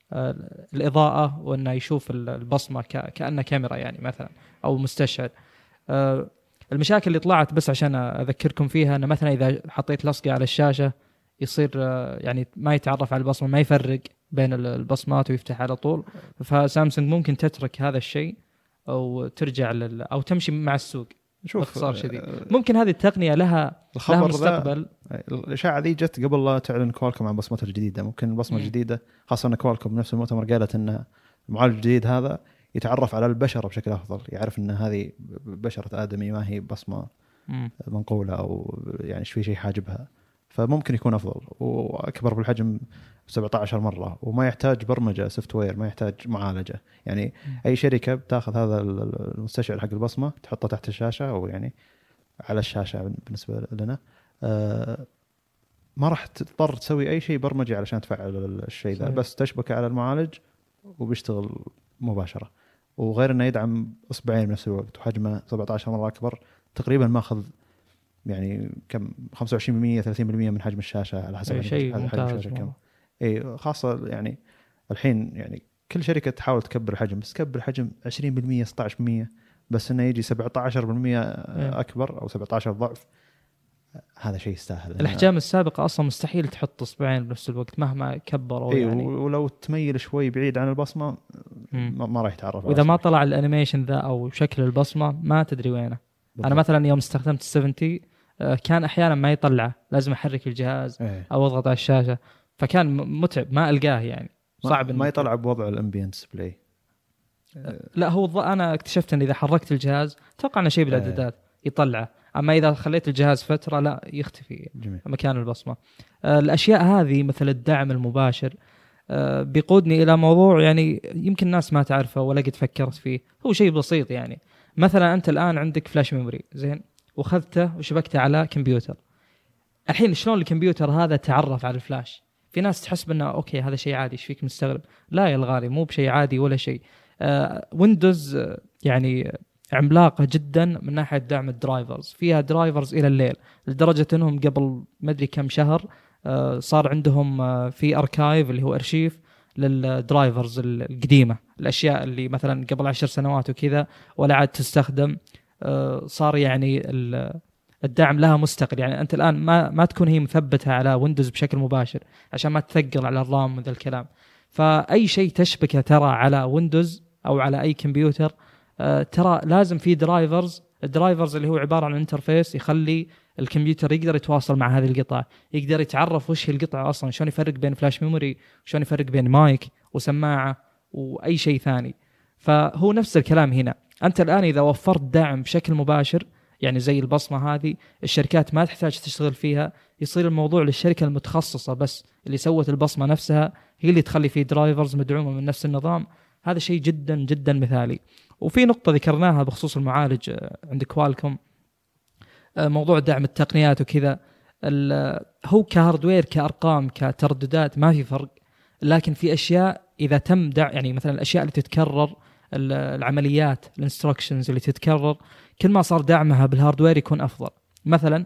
الإضاءة، وأنه يشوف البصمة كأنها كاميرا يعني مثلا أو مستشعر. المشاكل اللي طلعت بس عشان أذكركم فيها أن مثلا إذا حطيت لصقة على الشاشة يصير يعني ما يتعرف على البصمة، ما يفرق بين البصمات ويفتح على طول. فسامسونج ممكن تترك هذا الشيء أو ترجع لل أو تمشي مع السوق. باختصار شديد ممكن هذه التقنية لها لها مستقبل. الإشاعة ذي جت قبل لا تعلن كوالكوم عن بصمتها الجديدة. ممكن البصمة م. الجديدة خاصة أن كوالكوم بنفس المؤتمر قالت أن المعالج الجديد هذا يتعرف على البشر بشكل أفضل، يعرف أن هذه بشرة آدمي ما هي بصمة م. منقولة أو يعني في شيء حاجبها. فممكن يكون أفضل وأكبر بالحجم سبعة عشر مرة، وما يحتاج برمجة سوفت وير، ما يحتاج معالجة. يعني م. أي شركة بتاخذ هذا المستشعر حق البصمة تحطه تحت الشاشة أو يعني على الشاشة بالنسبة لنا، آه ما راح تضطر تسوي أي شيء برمجي علشان تفعل الشيء ذا، بس تشبكه على المعالج وبيشتغل مباشرة. وغير أنه يدعم إصبعين بنفس الوقت وحجمه سبعة عشر مرة أكبر، تقريبا ما أخذ يعني كم خمسة وعشرين بالمئة ثلاثين بالمئة من حجم الشاشة على حسب شيء ممتاز. كم اي خاصة يعني الحين يعني كل شركة تحاول تكبر الحجم، بس تكبر الحجم عشرين بالمئة ستة عشر بالمئة، بس انه يجي سبعة عشر بالمئة اكبر او سبعة عشر ضعف، هذا شيء يستاهل. الاحجام السابقة اصلا مستحيل تحط اصبعين بنفس الوقت مهما كبروا إيه يعني، ولو تميل شوي بعيد عن البصمة ما, ما راح يتعرف. واذا ما طلع الانيميشن ذا او شكل البصمة ما تدري وينه. انا مثلا يوم استخدمت السفنتي كان احيانا ما يطلع، لازم احرك الجهاز إيه. او اضغط على الشاشة، فكان متعب ما القاه يعني صعب. ما, ما يطلع بوضع الامبيانس بلاي. لا هو انا اكتشفت ان اذا حركت الجهاز اتوقع انه شيء بالاعدادات يطلعه، اما اذا خليت الجهاز فتره لا يختفي جميل. مكان البصمه. الاشياء هذه مثل الدعم المباشر بيقودني الى موضوع يعني يمكن الناس ما تعرفه ولا قد فكرت فيه. هو شيء بسيط يعني، مثلا انت الان عندك فلاش ميموري زين وخذته وشبكته على كمبيوتر. الحين شلون الكمبيوتر هذا تعرف على الفلاش؟ في ناس تحسب انه اوكي هذا شيء عادي، ايش فيك مستغرب؟ لا يا الغالي، مو بشيء عادي ولا شيء. ويندوز آه يعني عملاقة جدا من ناحية دعم الدرايفرز، فيها درايفرز إلى الليل، لدرجة أنهم قبل ما أدري كم شهر آه صار عندهم آه في أركايف اللي هو أرشيف للدرايفرز القديمة، الأشياء اللي مثلا قبل عشر سنوات وكذا ولا عاد تستخدم. آه صار يعني الدعم لها مستقل، يعني أنت الآن ما ما تكون هي مثبتة على ويندوز بشكل مباشر عشان ما تثقل على الرام وذا الكلام. فأي شيء تشبكه ترى على ويندوز أو على أي كمبيوتر أه ترى لازم في درايفرز. الدرايفرز اللي هو عبارة عن انترفيس يخلي الكمبيوتر يقدر يتواصل مع هذه القطعة، يقدر يتعرف وش هي القطعة أصلا، شلون يفرق بين فلاش ميموري، شلون يفرق بين مايك وسماعة وأي شيء ثاني. فهو نفس الكلام هنا. أنت الآن إذا وفرت دعم بشكل مباشر يعني زي البصمة هذه، الشركات ما تحتاج تشتغل فيها، يصير الموضوع للشركة المتخصصة بس اللي سوت البصمة نفسها هي اللي تخلي فيه درايفرز مدعومة من نفس النظام. هذا شيء جدا جدا مثالي. وفي نقطة ذكرناها بخصوص المعالج عند كوالكوم، موضوع دعم التقنيات وكذا. هو كهاردوير كأرقام كترددات ما في فرق، لكن في أشياء إذا تم دعم، يعني مثلا الأشياء اللي تتكرر، العمليات الانستركشنز اللي تتكرر، كل ما صار دعمها بالهاردوير يكون أفضل. مثلا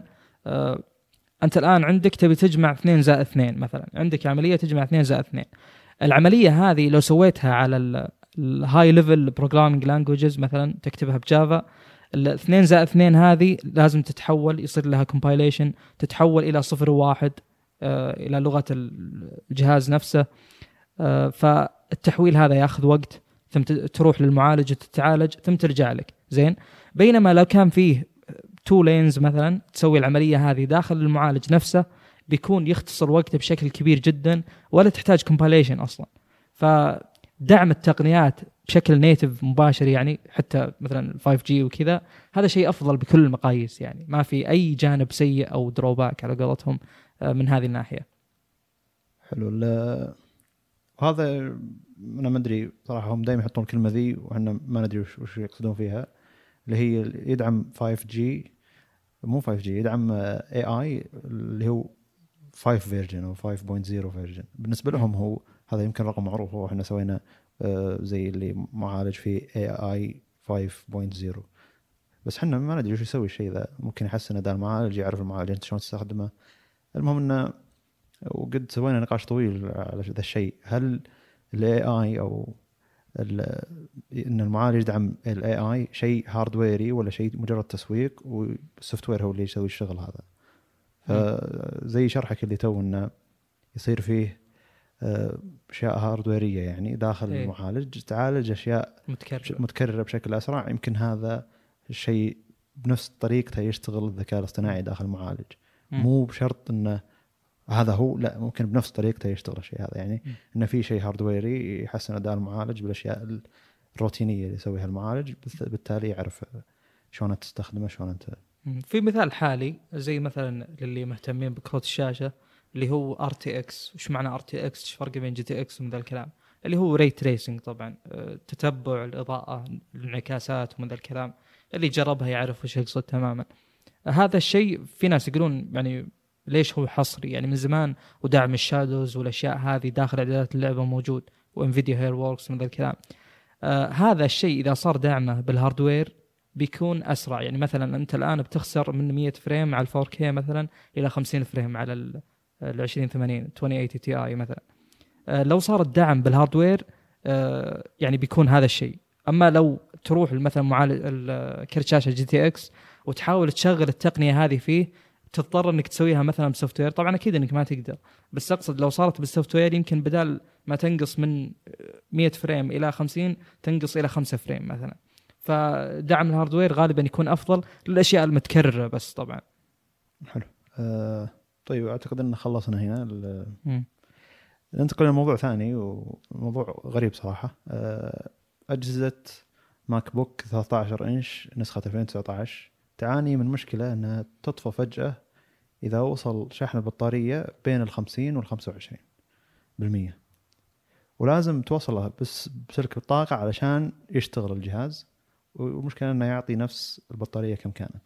أنت الآن عندك تبي تجمع اثنين زائد اثنين، مثلا عندك عملية تجمع اثنين زائد اثنين، العملية هذه لو سويتها على الهاي ليفل بروجرامينج لانجويجز، مثلا تكتبها بجافا، الاثنين زائد اثنين هذه لازم تتحول، يصير لها كومبايليشن، تتحول إلى صفر وواحد آه إلى لغة الجهاز نفسه. آه فالتحويل هذا يأخذ وقت، ثم تروح للمعالج وتتعالج ثم ترجع لك زين. بينما لو كان فيه تو لينز مثلا تسوي العملية هذه داخل المعالج نفسه، بيكون يختصر وقته بشكل كبير جدا، ولا تحتاج كومبايليشن أصلا. فدعم التقنيات بشكل نيتف مباشر، يعني حتى مثلا فايف جي وكذا، هذا شيء أفضل بكل المقاييس، يعني ما في أي جانب سيء أو دروباك على قولتهم من هذه الناحية. حلو. هذا أنا ما أدري صراحة، هم دائما يحطون كلمة ذي وإحنا ما ندري وش, وش يقصدون فيها، اللي هي يدعم فايف جي، مو فايف جي، يدعم إيه آي اللي هو فايف فيرجن أو فايف بوينت زيرو فيرجن. بالنسبة لهم هو هذا يمكن رقم معروف، وإحنا سوينا زي اللي معالج فيه إيه آي فايف بوينت زيرو، بس إحنا ما ندري وش يسوي الشيء ذا. ممكن يحسن أداء المعالج، يعرف المعالج أنت شلون تستخدمه. المهم إنه وقد سوينا نقاش طويل على ذا الشيء، هل ال إيه آي أو إن المعالج يدعم ال إيه آي شيء هاردويري ولا شيء مجرد تسويق والسوفت وير هو اللي يسوي الشغل هذا؟ فزي شرحك اللي تو إنه يصير فيه أشياء هاردويرية يعني داخل إيه؟ المعالج تعالج أشياء متكررة. متكررة بشكل أسرع. يمكن هذا الشيء بنفس طريقته يشتغل الذكاء الاصطناعي داخل المعالج، م. مو بشرط إنه هذا هو، لا، ممكن بنفس طريقته يشتغل الشيء هذا. يعني م. إنه في شيء هاردويري يحسن أداء المعالج بالأشياء الروتينية اللي يسويها المعالج، بالتالي يعرف شلون تستخدمه شلون أنت. في مثال حالي زي مثلا للي مهتمين بكروت الشاشة اللي هو آر تي إكس. وش معنى آر تي إكس؟ ايش فرق بين جي تي إكس ومن ذا الكلام؟ اللي هو ري تريسنج طبعا، تتبع الإضاءة، الانعكاسات ومن ذا الكلام. اللي جربها يعرف وش يقصد تماما. هذا الشيء في ناس يقولون يعني ليش هو حصري؟ يعني من زمان ودعم الشادوز والأشياء هذه داخل إعدادات اللعبة موجود، وانفيديا هير ووركس من ذا الكلام. آه هذا الشيء إذا صار دعمه بالهاردوير بيكون أسرع. يعني مثلا أنت الآن بتخسر من مية فريم على الفور كي مثلا إلى خمسين فريم على العشرين ثمانين عشرين ثمانين تي آي مثلا. آه لو صار الدعم بالهاردوير آه يعني بيكون هذا الشيء. أما لو تروح مثلا معالج كرت شاشة جي تي إكس وتحاول تشغل التقنية هذه فيه، تضطر انك تسويها مثلا بسوفت وير. طبعا اكيد انك ما تقدر، بس اقصد لو صارت بالسوفت وير يمكن بدال ما تنقص من مية فريم الى خمسين تنقص الى خمسة فريم مثلا. فدعم الهاردوير غالبا يكون افضل للاشياء المتكرره بس. طبعا حلو. أه طيب اعتقد ان خلصنا هنا. ننتقل لموضوع ثاني وموضوع غريب صراحه. أه اجهزه ماك بوك ثلاثة عشر إنش نسخه ألفين وتسعة عشر تعاني من مشكله انها تطفى فجاه إذا وصل شحن البطارية بين الخمسين والخمسة وعشرين بالمية، ولازم توصلها بس بسلك الطاقة علشان يشتغل الجهاز. والمشكلة أنه يعطي نفس البطارية كم كانت.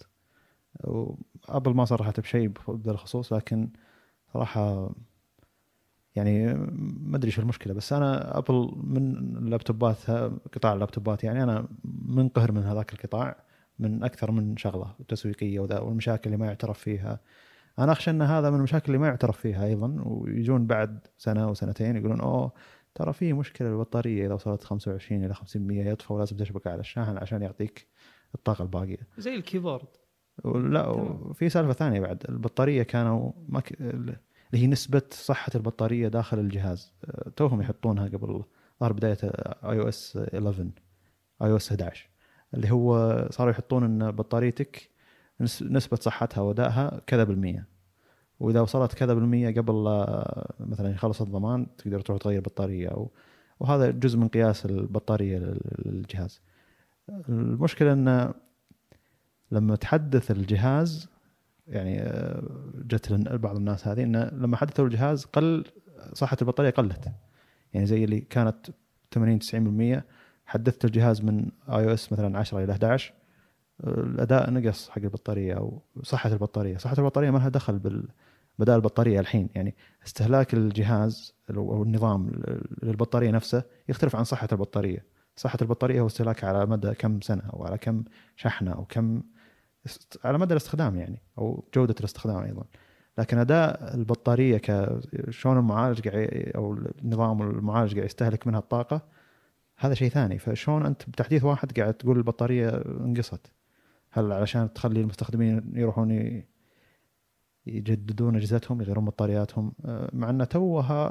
وأبل ما صرحت بشيء بهذا الخصوص، لكن صراحة يعني ما أدري شو المشكلة. بس أنا أبل من اللابتوبات، قطاع اللابتوبات، يعني أنا منقهر من هذاك القطاع من أكثر من شغلة تسويقية وذا، والمشاكل اللي ما يعترف فيها. أنا أخشى أن هذا من المشاكل اللي ما يعترف فيها أيضا، ويجون بعد سنة وسنتين يقولون أوه ترى فيه مشكلة البطارية إذا وصلت خمسة وعشرين إلى خمسين بالمية يطفى ولازم تشبك على الشاحن عشان يعطيك الطاقة الباقية زي الكيبورد. ولا وفي سالفة ثانية بعد، البطارية كانوا مك... اللي هي نسبة صحة البطارية داخل الجهاز توهم يحطونها قبل ظهر بداية آي أو إس إحدى عشر آي أو إس إحدى عشر، اللي هو صاروا يحطون أن بطاريتك نسبة صحتها ودائها كذا بالمية، وإذا وصلت كذا بالمية قبل مثلا يخلص الضمان تقدر تروح تغير بطارية، أو وهذا جزء من قياس البطارية للجهاز. المشكلة أن لما تحدث الجهاز، يعني جت بعض الناس هذه، إن لما حدثوا الجهاز قل صحة البطارية، قلت يعني زي اللي كانت ثمانين تسعين بالمية. حدثت الجهاز من اي او اس مثلا عشرة الى احد عشر، الاداء نقص حق البطاريه او صحه البطاريه. صحه البطاريه ما لها دخل بالبدائل البطاريه الحين، يعني استهلاك الجهاز او النظام للبطاريه نفسه يختلف عن صحه البطاريه. صحه البطاريه هو استهلاكها على مدى كم سنه او على كم شحنه او كم على مدى الاستخدام يعني، او جوده الاستخدام ايضا. لكن اداء البطاريه كشلون المعالج او النظام المعالج قاعد يستهلك منها الطاقه، هذا شيء ثاني. فشلون انت بتحديث واحد قاعد تقول البطاريه انقصت؟ هل علشان تخلي المستخدمين يروحون يجددون اجهزتهم يغيرون بطارياتهم؟ مع ان توها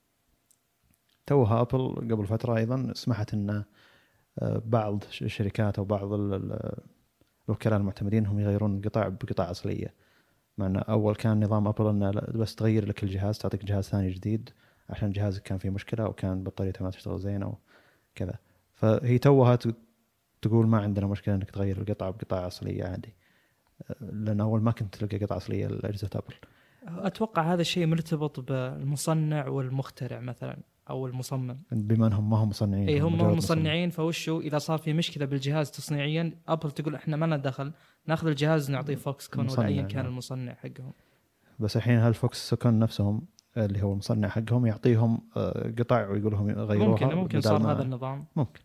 توها ابل قبل فتره ايضا سمحت ان بعض الشركات او بعض الوكلاء المعتمدين هم يغيرون قطع بقطع اصليه. مع ان اول كان نظام ابل انه بس تغير لك الجهاز، تعطيك جهاز ثاني جديد عشان جهازك كان فيه مشكله او كان بطاريته ما تشتغل زين او كذا. فهي توها تقول ما عندنا مشكله انك تغير القطع بقطع اصليه عادي، لان اول ما كنت تلقى قطع اصليه لاجهزه ابل. اتوقع هذا الشيء مرتبط بالمصنع والمخترع مثلا او المصمم، بما انهم ما هم مصنعين. اي هم هم مصنعين، فوشو اذا صار في مشكله بالجهاز تصنيعيا ابل تقول احنا ما لنا دخل، ناخذ الجهاز نعطيه فوكس كون ولا ايا كان المصنع حقهم. بس الحين هل فوكس كون نفسهم اللي هو المصنع حقهم يعطيهم قطع ويقول لهم يغيروها؟ ممكن ممكن صار هذا النظام ممكن.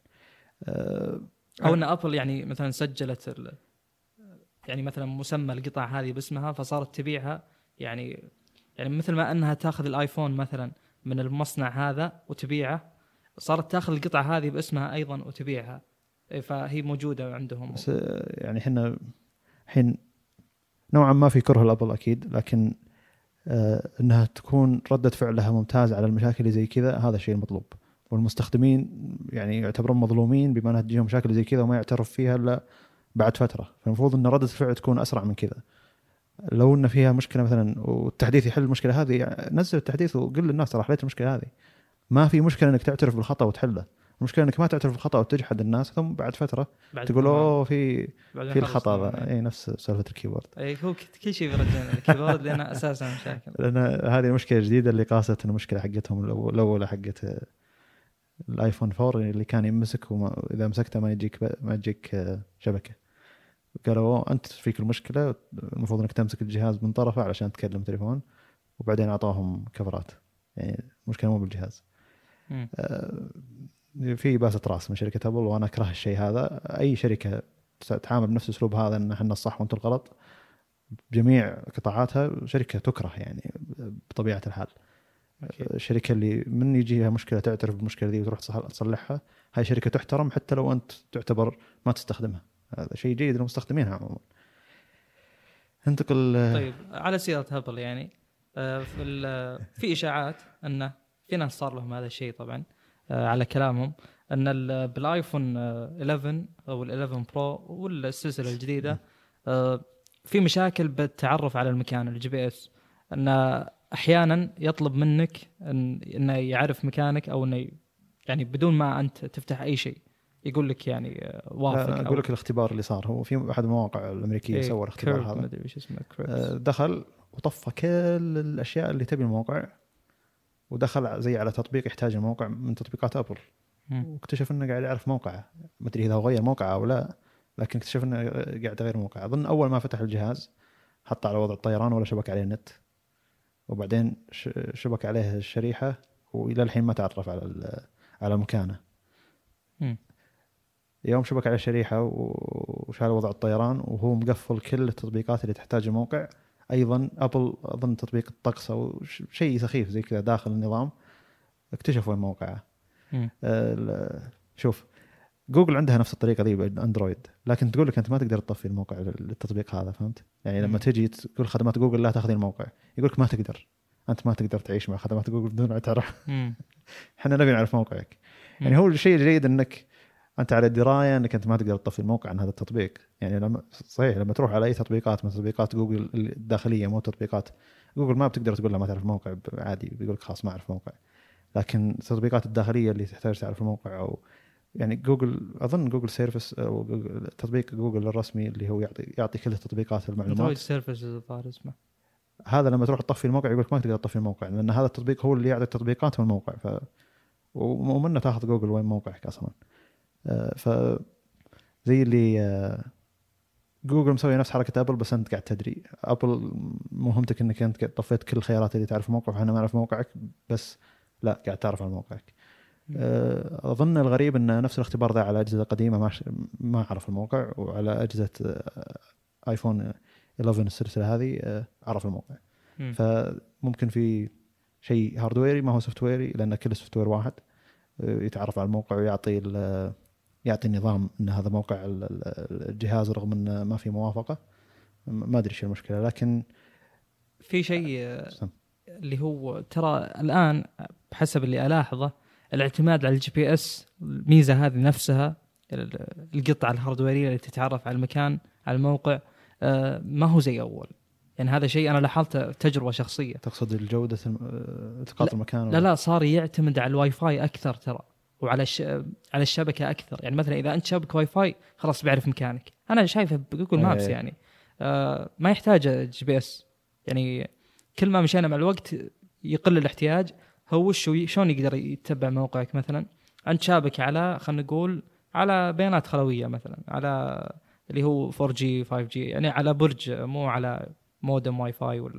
او ان ابل يعني مثلا سجلت يعني مثلا مسمى القطع هذه باسمها فصارت تبيعها، يعني يعني مثل ما انها تاخذ الايفون مثلا من المصنع هذا وتبيعه، صارت تاخذ القطعه هذه باسمها ايضا وتبيعها، فهي موجوده عندهم. بس يعني احنا الحين نوعا ما في كره الابل اكيد، لكن آه انها تكون ردة فعلها ممتازة على المشاكل اللي زي كذا، هذا الشيء المطلوب. والمستخدمين يعني يعتبرون مظلومين بما انها تجيهم مشاكل زي كذا وما يعترف فيها الا بعد فترة. فالمفروض ان ردة الفعل تكون اسرع من كذا. لو ان فيها مشكلة مثلا والتحديث يحل المشكلة هذه، يعني نزل التحديث وقل للناس ترى حليت المشكلة هذه. ما في مشكلة انك تعترف بالخطأ وتحله، المشكلة انك ما تعترف بالخطأ وتجحد الناس، ثم بعد فترة بعد تقول اوه في في الخطأ ذا. اي نفس سالفة الكيبورد. اي هو كل شيء بيرجعنا الكيبورد لأن اساسا مشاكل. لان هذه المشكلة الجديدة اللي قاست المشكلة حقتهم الاولى حقت الايفون فور اللي كان يمسك واذا مسكته ما يجيك ما يجيك شبكة. قالوا انت فيك المشكلة، المفروض انك تمسك الجهاز من طرفه علشان تكلم تليفون، وبعدين اعطاهم كفرات. يعني المشكلة مو بالجهاز. آه في باسة راس من شركة ابل، وانا اكره الشيء هذا. اي شركة تتعامل بنفس الاسلوب هذا ان احنا الصح وانتم الغلط بجميع قطاعاتها، شركة تكره يعني بطبيعة الحال. الشركة اللي من يجيها مشكلة تعترف بالمشكلة دي وتروح تصلحها، هاي شركة تحترم حتى لو انت تعتبر ما تستخدمها. هذا شيء جيد للمستخدمين عموما. انتقل. طيب على سيرة ابل، يعني في في اشاعات انه في ناس صار لهم هذا الشيء طبعا على كلامهم، ان بالايفون إحدى عشر او الإحدى عشر برو والسلسله الجديده في مشاكل بالتعرف على المكان الجي بي اس، ان احيانا يطلب منك ان انه يعرف مكانك، او انه يعني بدون ما انت تفتح اي شيء يقول لك يعني وافق. اقول لك الاختبار اللي صار، هو في احد المواقع الامريكيه سوى الاختبار هذا، ما ادري ايش اسمه، دخل وطفى كل الاشياء اللي تبي الموقع، ودخل زي على تطبيق يحتاج الموقع من تطبيقات ابل، واكتشف انه قاعد يعرف موقعه. ما ادري اذا هو غير موقعه او لا، لكن اكتشف انه قاعد يغير موقعه. اظن اول ما فتح الجهاز حط على وضع الطيران ولا شبك عليه النت، وبعدين شبك عليه الشريحه، والى الحين ما تعرف على على مكانه. م. يوم شبك على الشريحه وشال وضع الطيران وهو مقفل كل التطبيقات اللي تحتاج الموقع. ايضا ابل اظن تطبيق الطقس او شيء سخيف زي كذا داخل النظام، اكتشفوا وين موقعه. آه شوف، جوجل عندها نفس الطريقه ذي باندرويد، لكن تقول لك انت ما تقدر تطفي الموقع للتطبيق هذا، فهمت؟ يعني لما م. تجي تقول خدمات جوجل لا تاخذ الموقع، يقول لك ما تقدر، انت ما تقدر تعيش مع خدمات جوجل بدون اعتراف. احنا نبي نعرف موقعك. م. يعني هو الشيء الجيد انك انت على درايه انك انت ما تقدر تطفي الموقع عن هذا التطبيق. يعني لما صحيح لما تروح على اي تطبيقات من تطبيقات جوجل الداخليه، مو تطبيقات جوجل ما بتقدر تقول له ما تعرف الموقع عادي، بيقول لك خلاص ما اعرف موقع. لكن التطبيقات الداخليه اللي تحتاج تعرف الموقع، او يعني جوجل اظن جوجل سيرفيس او جوجل تطبيق جوجل الرسمي اللي هو يعطي يعطي كل التطبيقات المعلومات. اندرويد سيرفيس الظاهر اسمه هذا. لما تروح تطفي الموقع يقول لك ما تقدر تطفي الموقع، لان هذا التطبيق هو اللي يعطي التطبيقات والموقع. ف ومنه تاخذ جوجل وين موقعك اصلا. ف زي اللي جوجل مسوي نفس حركه ابل، بس انت قاعد تدري. ابل مهمتك انك انت طفيت كل الخيارات اللي تعرف موقع، وحنا ما نعرف موقعك، بس لا قاعد تعرف عن موقعك. اظن الغريب ان نفس الاختبار ذا على اجهزه قديمه ما ما عرف الموقع، وعلى اجهزه ايفون إحدى عشر السلسله هذه عرف الموقع. م. فممكن في شيء هاردويري ما هو سوفت ويري، لان كل السوفت وير واحد يتعرف على الموقع ويعطي يعطي النظام ان هذا موقع الجهاز رغم ان ما في موافقه. ما ادري شو المشكله، لكن في شيء اللي هو ترى الان بحسب اللي الاحظه الاعتماد على الجي بي اس، الميزه هذه نفسها القطعه الهاردويريه اللي تتعرف على المكان على الموقع ما هو زي اول. يعني هذا شيء انا لاحظته تجربه شخصيه. تقصد الجوده التقاط المكان؟ لا لا صار يعتمد على الواي فاي اكثر ترى، وعلى الش... على الشبكه اكثر. يعني مثلا اذا انت شبكه واي فاي خلاص بيعرف مكانك. انا شايفه بجوجل مابس يعني آه ما يحتاج جي بي اس. يعني كل ما مشينا مع الوقت يقل الاحتياج. هو شو شلون يقدر يتبع موقعك؟ مثلا انت شابك على خلينا نقول على بيانات خلويه، مثلا على اللي هو فور جي فايف جي، يعني على برج مو على مودم واي فاي ولا.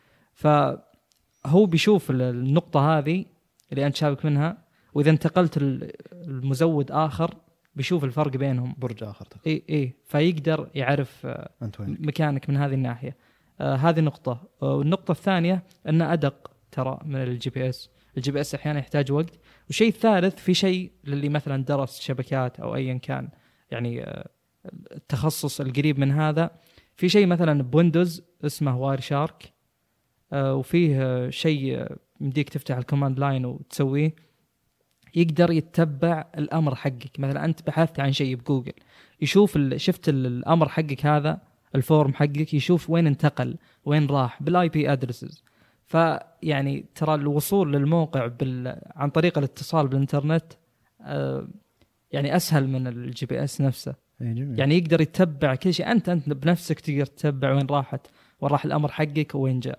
فهو بيشوف النقطه هذه اللي انت شابك منها، واذا انتقلت المزود اخر بيشوف الفرق بينهم، برج اخر اي اي فيقدر يعرف مكانك من هذه الناحيه. آه هذه نقطه. والنقطه الثانيه ان ادق ترى من الجي بي اس. الجي بي اس احيانا يحتاج وقت. والشيء الثالث في شيء للي مثلا درس شبكات او ايا كان، يعني آه التخصص القريب من هذا، في شيء مثلا بويندوز اسمه واير شارك، آه وفيه آه شيء يمديك تفتح الكوماند لاين وتسويه، يقدر يتبع الأمر حقك. مثلا أنت بحثت عن شيء بجوجل، يشوف شفت الأمر حقك هذا الفورم حقك، يشوف وين انتقل وين راح بالاي بي ادرسز. فيعني ترى الوصول للموقع بال... عن طريق الاتصال بالإنترنت آه يعني أسهل من الجي بي اس نفسه. يعني يقدر يتبع كل شيء. أنت أنت بنفسك تقدر تتبع وين راحت وين راح الأمر حقك وين جاء.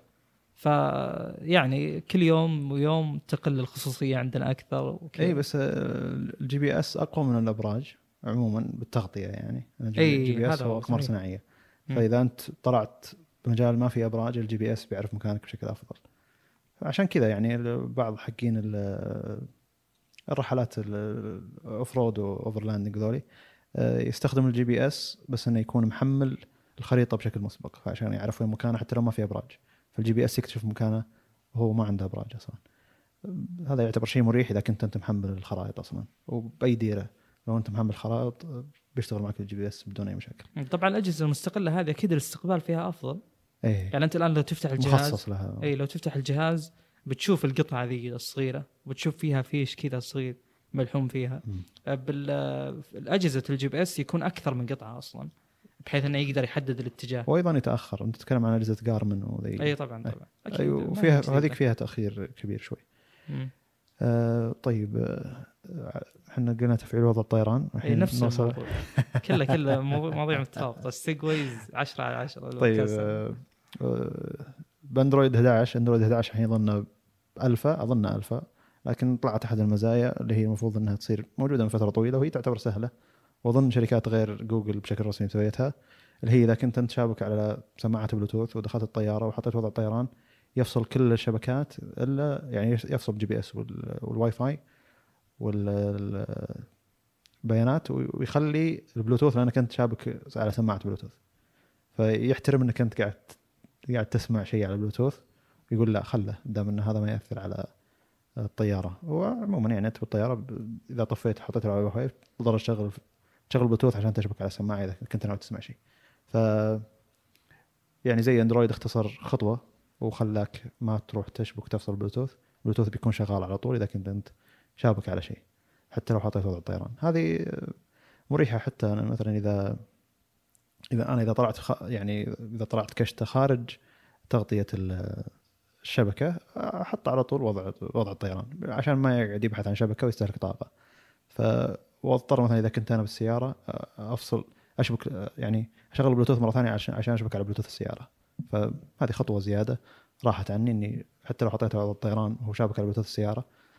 فيعني كل يوم ويوم تقل الخصوصية عندنا أكثر. أي بس الجي بي اس أقوى من الأبراج عموما بالتغطية. يعني الجي بي اس هو أقمار صناعية. فإذا أنت طلعت بمجال ما في أبراج، الجي بي اس بيعرف مكانك بشكل أفضل. عشان كذا يعني بعض حقين الرحلات الأوفرود وأوفرلاندنج ذولي يستخدم الجي بي اس بس إنه يكون محمل الخريطة بشكل مسبق، فعشان يعرف وين مكانه حتى لو ما في أبراج. فالجي بي اس يكتشف مكانه وهو ما عنده أبراج أصلا. هذا يعتبر شيء مريح إذا كنت أنت محمل الخرائط أصلا. وبأي ديرة لو أنت محمل الخرائط بيشتغل معك الجي بي اس بدون أي مشاكل. طبعا الأجهزة المستقلة هذه أكيد الاستقبال فيها أفضل. إيه. يعني أنت الآن لو تفتح الجهاز مخصص لها. أي لو تفتح الجهاز بتشوف القطعة ذي الصغيرة، وبتشوف فيها فيش كذا صغير ملحوم فيها. بالأجهزة الجي بي اس يكون أكثر من قطعة أصلا، بحيث انه يقدر يحدد الاتجاه. وايضا يتاخر. انت تتكلم عن اجهزه جارمن وذي. اي طبعا طبعا اكيد. أيوة وفيها هذيك فيها تاخير كبير شوي. آه طيب احنا قلنا تفعيل وضع الطيران الحين نفس الموضوع كله كله مواضيع مترابطه. السيجويز عشرة على عشرة. طيب آه باندرويد إحدى عشر اندرويد إحدى عشر الحين اظن الفا اظن الفا لكن طلعت احد المزايا اللي هي المفروض انها تصير موجوده من فتره طويله، وهي تعتبر سهله، واظن شركات غير جوجل بشكل رسمي سويتها، اللي هي اذا كنت انت شابك على سماعه بلوتوث ودخلت الطياره وحطيت وضع الطيران يفصل كل الشبكات الا يعني يفصل جي بي اس والواي فاي والبيانات، ويخلي البلوتوث لانك انت شابك على سماعه بلوتوث، فيحترم انك انت قاعد قاعد تسمع شيء على بلوتوث، يقول لا خله دام ان هذا ما ياثر على الطياره. وعموما يعني انت بالطياره اذا طفيت حطيت على الواي فاي تقدر تشغل تشغل بلوتوث عشان تشبك على السماعه اذا كنت ناوي تسمع شيء. ف يعني زي اندرويد اختصر خطوه وخلاك ما تروح تشبك تفصل بلوتوث، بلوتوث بيكون شغال على طول اذا كنت انت شابك على شيء حتى لو حطيت وضع الطيران. هذه مريحه حتى مثلا اذا اذا انا اذا طلعت خ... يعني اذا طلعت كشته خارج تغطيه الشبكه احط على طول وضع وضع الطيران عشان ما يقعد يبحث عن شبكه ويستهلك طاقه. ف واضطر مثلا اذا كنت انا بالسياره افصل اشبك يعني اشغل البلوتوث مره ثانيه عشان عشان اشبك على بلوتوث السياره. فهذه خطوه زياده راحت عني اني حتى لو حطيت وضع الطيران وهو شابك على بلوتوث السياره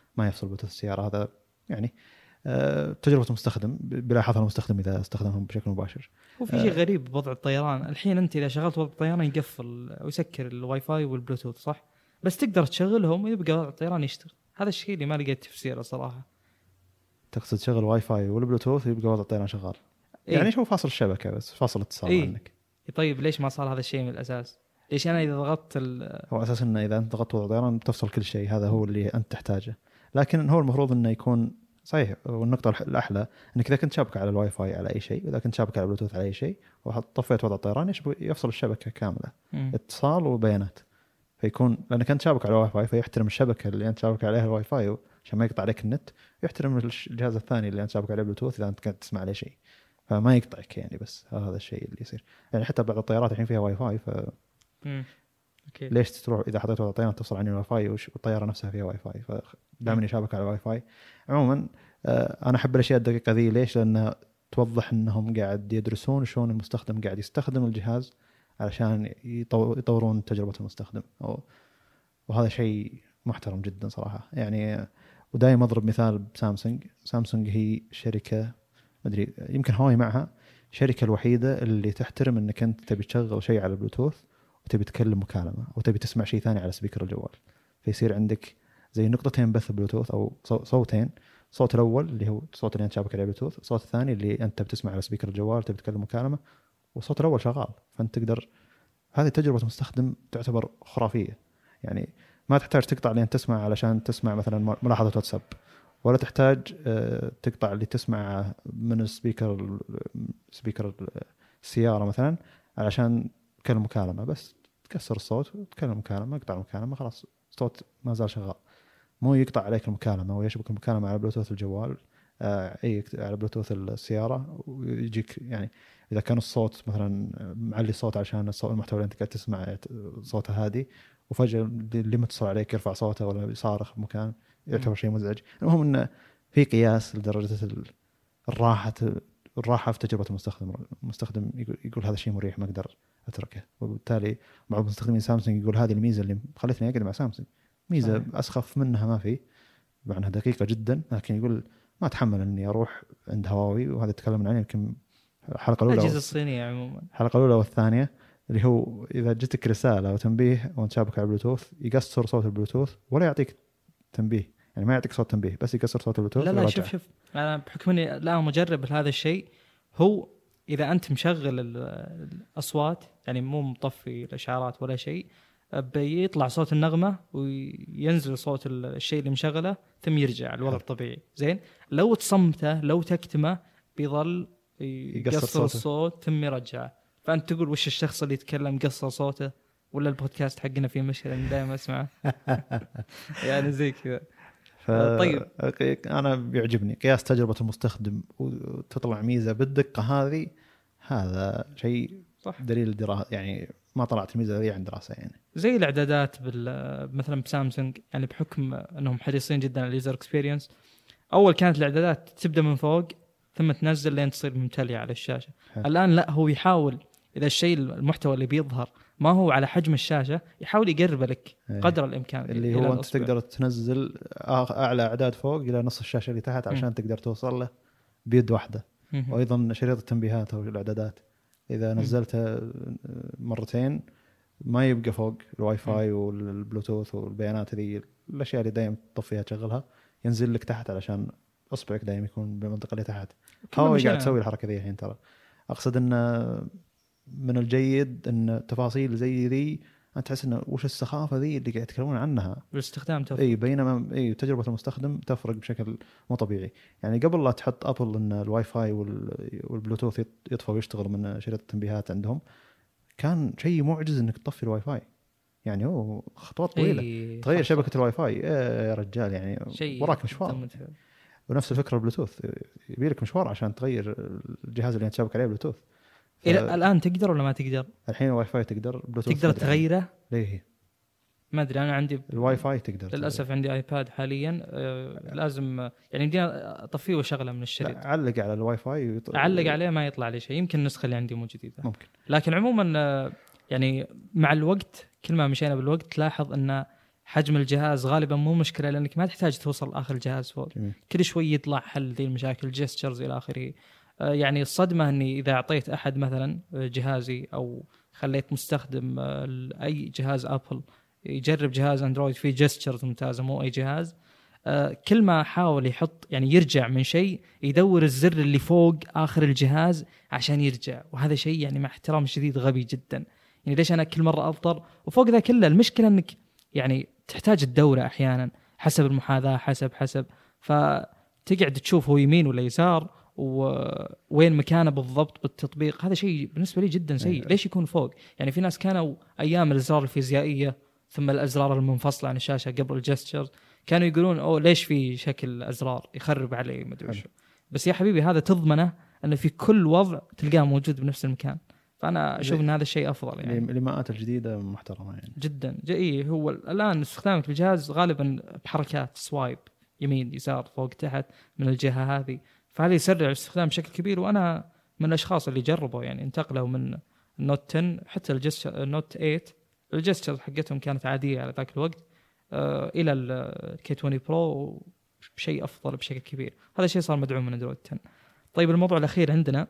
ما يفصل بلوتوث السياره. هذا يعني أه تجربه المستخدم بيلاحظها المستخدم اذا استخدمهم بشكل مباشر. وفي شيء غريب بوضع الطيران الحين، انت اذا شغلت وضع الطيران يقفل ويسكر الواي فاي والبلوتوث صح، بس تقدر تشغلهم ويبقى وضع الطيران يشتغل. هذا الشيء اللي ما لقيت تفسيره صراحه. تقصد تشغل واي فاي والبلوتوث يبقى وضع الطيران شغال؟ إيه؟ يعني شو فاصل الشبكه بس فاصل اتصال إيه؟ عنك. طيب ليش ما صار هذا الشيء من الاساس؟ ليش انا اذا ضغطت هو اساس انه اذا انت ضغطت وضع الطيران تفصل كل شيء، هذا هو اللي انت تحتاجه. لكن هو المفروض انه يكون صحيح. والنقطه الاحلى انك اذا كنت شابك على الواي فاي على اي شيء، واذا كنت شابك على البلوتوث على اي شيء وطفيت وضع الطيران يفصل الشبكه كامله، م. اتصال وبيانات. فيكون لانك انت شابك على الواي فاي فيحترم الشبكه اللي انت شابك عليها الواي فاي عشان ما يقطع عليك النت، يحترم الجهاز الثاني اللي انت شابك عليه بلوتوث اذا انت كنت تسمع عليه شيء، فما يقطعك يعني. بس هذا الشيء اللي يصير. يعني حتى بعض الطيارات الحين فيها واي فاي، ف م. أوكي. ليش تروح اذا حطيت وضع الطيران تفصل عن الواي فاي والطياره نفسها فيها واي فاي؟ فدائما يشابك على الواي فاي. عموما انا احب الاشياء الدقيقه ذي. ليش؟ لان توضح انهم قاعد يدرسون شلون المستخدم قاعد يستخدم الجهاز علشان يطورون تجربه المستخدم، وهذا شيء محترم جدا صراحه يعني. ودائما اضرب مثال بسامسونج. سامسونج هي شركه مدري يمكن هواي معها الشركه الوحيده اللي تحترم انك انت تبي تشغل شيء على البلوتوث وتبي تكلم مكالمه او تبي تسمع شيء ثاني على سبيكر الجوال، فيصير عندك زي نقطتين بث بلوتوث او صوتين. الصوت الاول اللي هو الصوت اللي انت شابك عليه بلوتوث، الصوت الثاني اللي انت بتسمع على سبيكر الجوال تبي تكلم مكالمه، والصوت الاول شغال. فانت تقدر، هذه تجربه مستخدم تعتبر خرافيه يعني. ما تحتاج تقطع لين تسمع علشان تسمع مثلا ملاحظه واتساب، ولا تحتاج تقطع اللي تسمع من السبيكر سبيكر السياره مثلا علشان تكلم مكالمه. بس تكسر الصوت وتكلم مكالمه، اقطع المكالمه، خلاص الصوت ما زال شغال. مو يقطع عليك المكالمه ويشبك المكالمه على بلوتوث الجوال آه اي على بلوتوث السياره ويجيك يعني اذا كان الصوت مثلا معلي الصوت عشان الصوت المحتوى اللي انت قاعد تسمع صوته هادي، وفجاه اللي متصل عليك يرفع صوته ولا يصارخ بمكان، يعتبر شيء مزعج. المهم انه في قياس لدرجه الراحه الراحه في تجربه المستخدم. المستخدم يقول, يقول هذا الشيء مريح ما اقدر اتركه. وبالتالي بعض مستخدمين سامسونج يقول هذه الميزه اللي خلتني اقعد مع سامسونج، ميزه صحيح. اسخف منها ما في، مع انها دقيقه جدا، لكن يقول ما اتحمل اني اروح عند هواوي. وهذا تكلمنا عنه يمكن الحلقه الاولى الاجهزه الصينيه عموما، الحلقه الاولى والثانيه، اللي هو اذا جتك رساله او تنبيه وانت شابك على البلوتوث يقصر صوت البلوتوث ولا يعطيك تنبيه، يعني ما يعطيك صوت تنبيه بس يقصر صوت البلوتوث. لا لا شوف شوف انا بحكم اني لا مجرب لهذا الشيء، هو اذا انت مشغل الاصوات يعني مو مطفي الاشعارات ولا شيء، بيطلع صوت النغمه وينزل صوت الشيء اللي مشغله ثم يرجع الوضع الطبيعي. زين لو تصمته لو تكتمه بيظل يقصر الصوت ثم يرجع. فانت تقول وش الشخص اللي يتكلم قصر صوته ولا البودكاست حقنا فيه مشكله دائما اسمعه يعني زي كذا. ف... طيب انا بيعجبني قياس تجربه المستخدم وتطلع ميزه بالدقه هذه، هذا شيء صح. دليل دراسه يعني ما طلعت الميزه هذه عن دراسه يعني. زي الاعدادات بال مثلا بسامسونج يعني بحكم انهم حريصين جدا على اليوزر اكسبيرينس، اول كانت الاعدادات تبدا من فوق ثم تنزل لين تصير ممتلئه على الشاشه. حل. الان لا، هو يحاول اذا الشيء المحتوى اللي بيظهر ما هو على حجم الشاشه يحاول يقرب لك قدر الامكان، اللي هو انت تقدر تنزل اعلى اعداد فوق الى نص الشاشه اللي تحت عشان م. تقدر توصل له بيد واحده. م. وايضا شريط التنبيهات او الاعدادات اذا نزلتها مرتين ما يبقى فوق الواي فاي والبلوتوث والبيانات هذه الاشياء اللي دائما تطفيها تشغلها، ينزل لك تحت علشان اصبعك دائما يكون بالمنطقه اللي تحت. هو قاعد تسوي الحركه ذي الحين ترى. اقصد ان من الجيد ان تفاصيل زي ذي انت تحس انه وش السخافه ذي اللي قاعد يتكلمون عنها بالاستخدام تفرق. اي بينما اي تجربه المستخدم تفرق بشكل مو طبيعي. يعني قبل لا تحط ابل ان الواي فاي والبلوتوث يطفى ويشتغل من شريط التنبيهات عندهم، كان شيء معجز انك تطفي الواي فاي. يعني هو خطوات طويله إيه تغير شبكه الواي فاي يا رجال، يعني وراك مشوار. ونفس الفكره البلوتوث يبي لك مشوار عشان تغير الجهاز اللي انت شابك عليه بلوتوث. ف... إيه الان تقدر ولا ما تقدر؟ الحين الواي فاي تقدر، بلوتوث تقدر تغيره؟ ليه ما ادري، انا عندي الواي فاي تقدر للاسف تغير. عندي ايباد حاليا آه لازم يعني بدي اطفيه واشغله من الشريط. علق على الواي فاي ويط... اعلق عليه ما يطلع لي شيء. يمكن النسخه اللي عندي مو جديده ممكن. لكن عموما آه يعني مع الوقت كل ما مشينا بالوقت تلاحظ ان حجم الجهاز غالبا مو مشكله، لانك ما تحتاج توصل اخر الجهاز فوق. جميل. كل شوي يطلع حل ذي المشاكل، جيستشرز الى اخره. يعني الصدمه اني اذا اعطيت احد مثلا جهازي او خليت مستخدم اي جهاز ابل يجرب جهاز اندرويد فيه جيستشرز ممتازه، مو اي جهاز، كل ما حاول يحط يعني يرجع من شيء يدور الزر اللي فوق آخر الجهاز عشان يرجع، وهذا شيء يعني مع احترام شديد غبي جدا. يعني ليش أنا كل مرة أضطر؟ وفوق ذا كله المشكلة أنك يعني تحتاج الدورة أحيانا حسب المحاذاة، حسب حسب فتقعد تشوف هو يمين ولا يسار ووين مكانه بالضبط بالتطبيق. هذا شيء بالنسبة لي جدا سيء. ليش يكون فوق؟ يعني في ناس كانوا أيام الأزرار الفيزيائية ثم الأزرار المنفصلة عن الشاشة قبل الجستشرز كانوا يقولون أوه ليش في شكل أزرار يخرب عليه ما أدري شو. بس يا حبيبي هذا تضمنه أنه في كل وضع تلقاه موجود بنفس المكان. فأنا أشوف أن هذا الشيء أفضل. يعني الإيماءات الجديدة محترمة يعني جدا جئي. هو الآن استخدامك للجهاز غالبا بحركات سوايب يمين يسار فوق تحت من الجهة هذه، فهذا يسرع الاستخدام بشكل كبير. وأنا من الأشخاص اللي جربوا يعني انتقلوا من النوت عشرة حتى الجستشر النوت ثمانية، الجستشر حقتهم كانت عادية على ذاك الوقت آه إلى الكي عشرين برو شيء أفضل بشكل كبير. هذا الشيء صار مدعوم من اندرويد عشرة. طيب الموضوع الأخير عندنا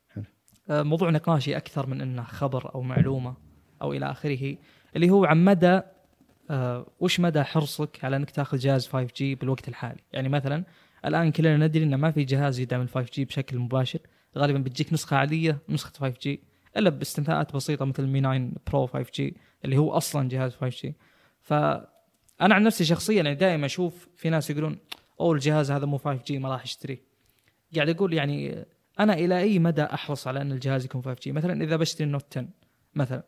آه موضوع نقاشي أكثر من أنه خبر أو معلومة أو إلى آخره، اللي هو عن مدى آه وش مدى حرصك على أنك تأخذ جهاز فايف جي بالوقت الحالي. يعني مثلا الآن كلنا ندري أن ما في جهاز يدعم الفايف جي بشكل مباشر، غالبا بتجيك نسخة عادية نسخة فايف جي، إلا باستثناءات بسيطة مثل مي تسعة برو فايف جي اللي هو أصلا جهاز فايف جي. فأنا عن نفسي شخصيا يعني دائما أشوف في ناس يقولون أول الجهاز هذا مو فايف جي ما راح اشتريه. قاعد أقول يعني أنا إلى أي مدى أحرص على أن الجهاز يكون فايف جي؟ مثلا إذا بشتري النوت عشرة مثلا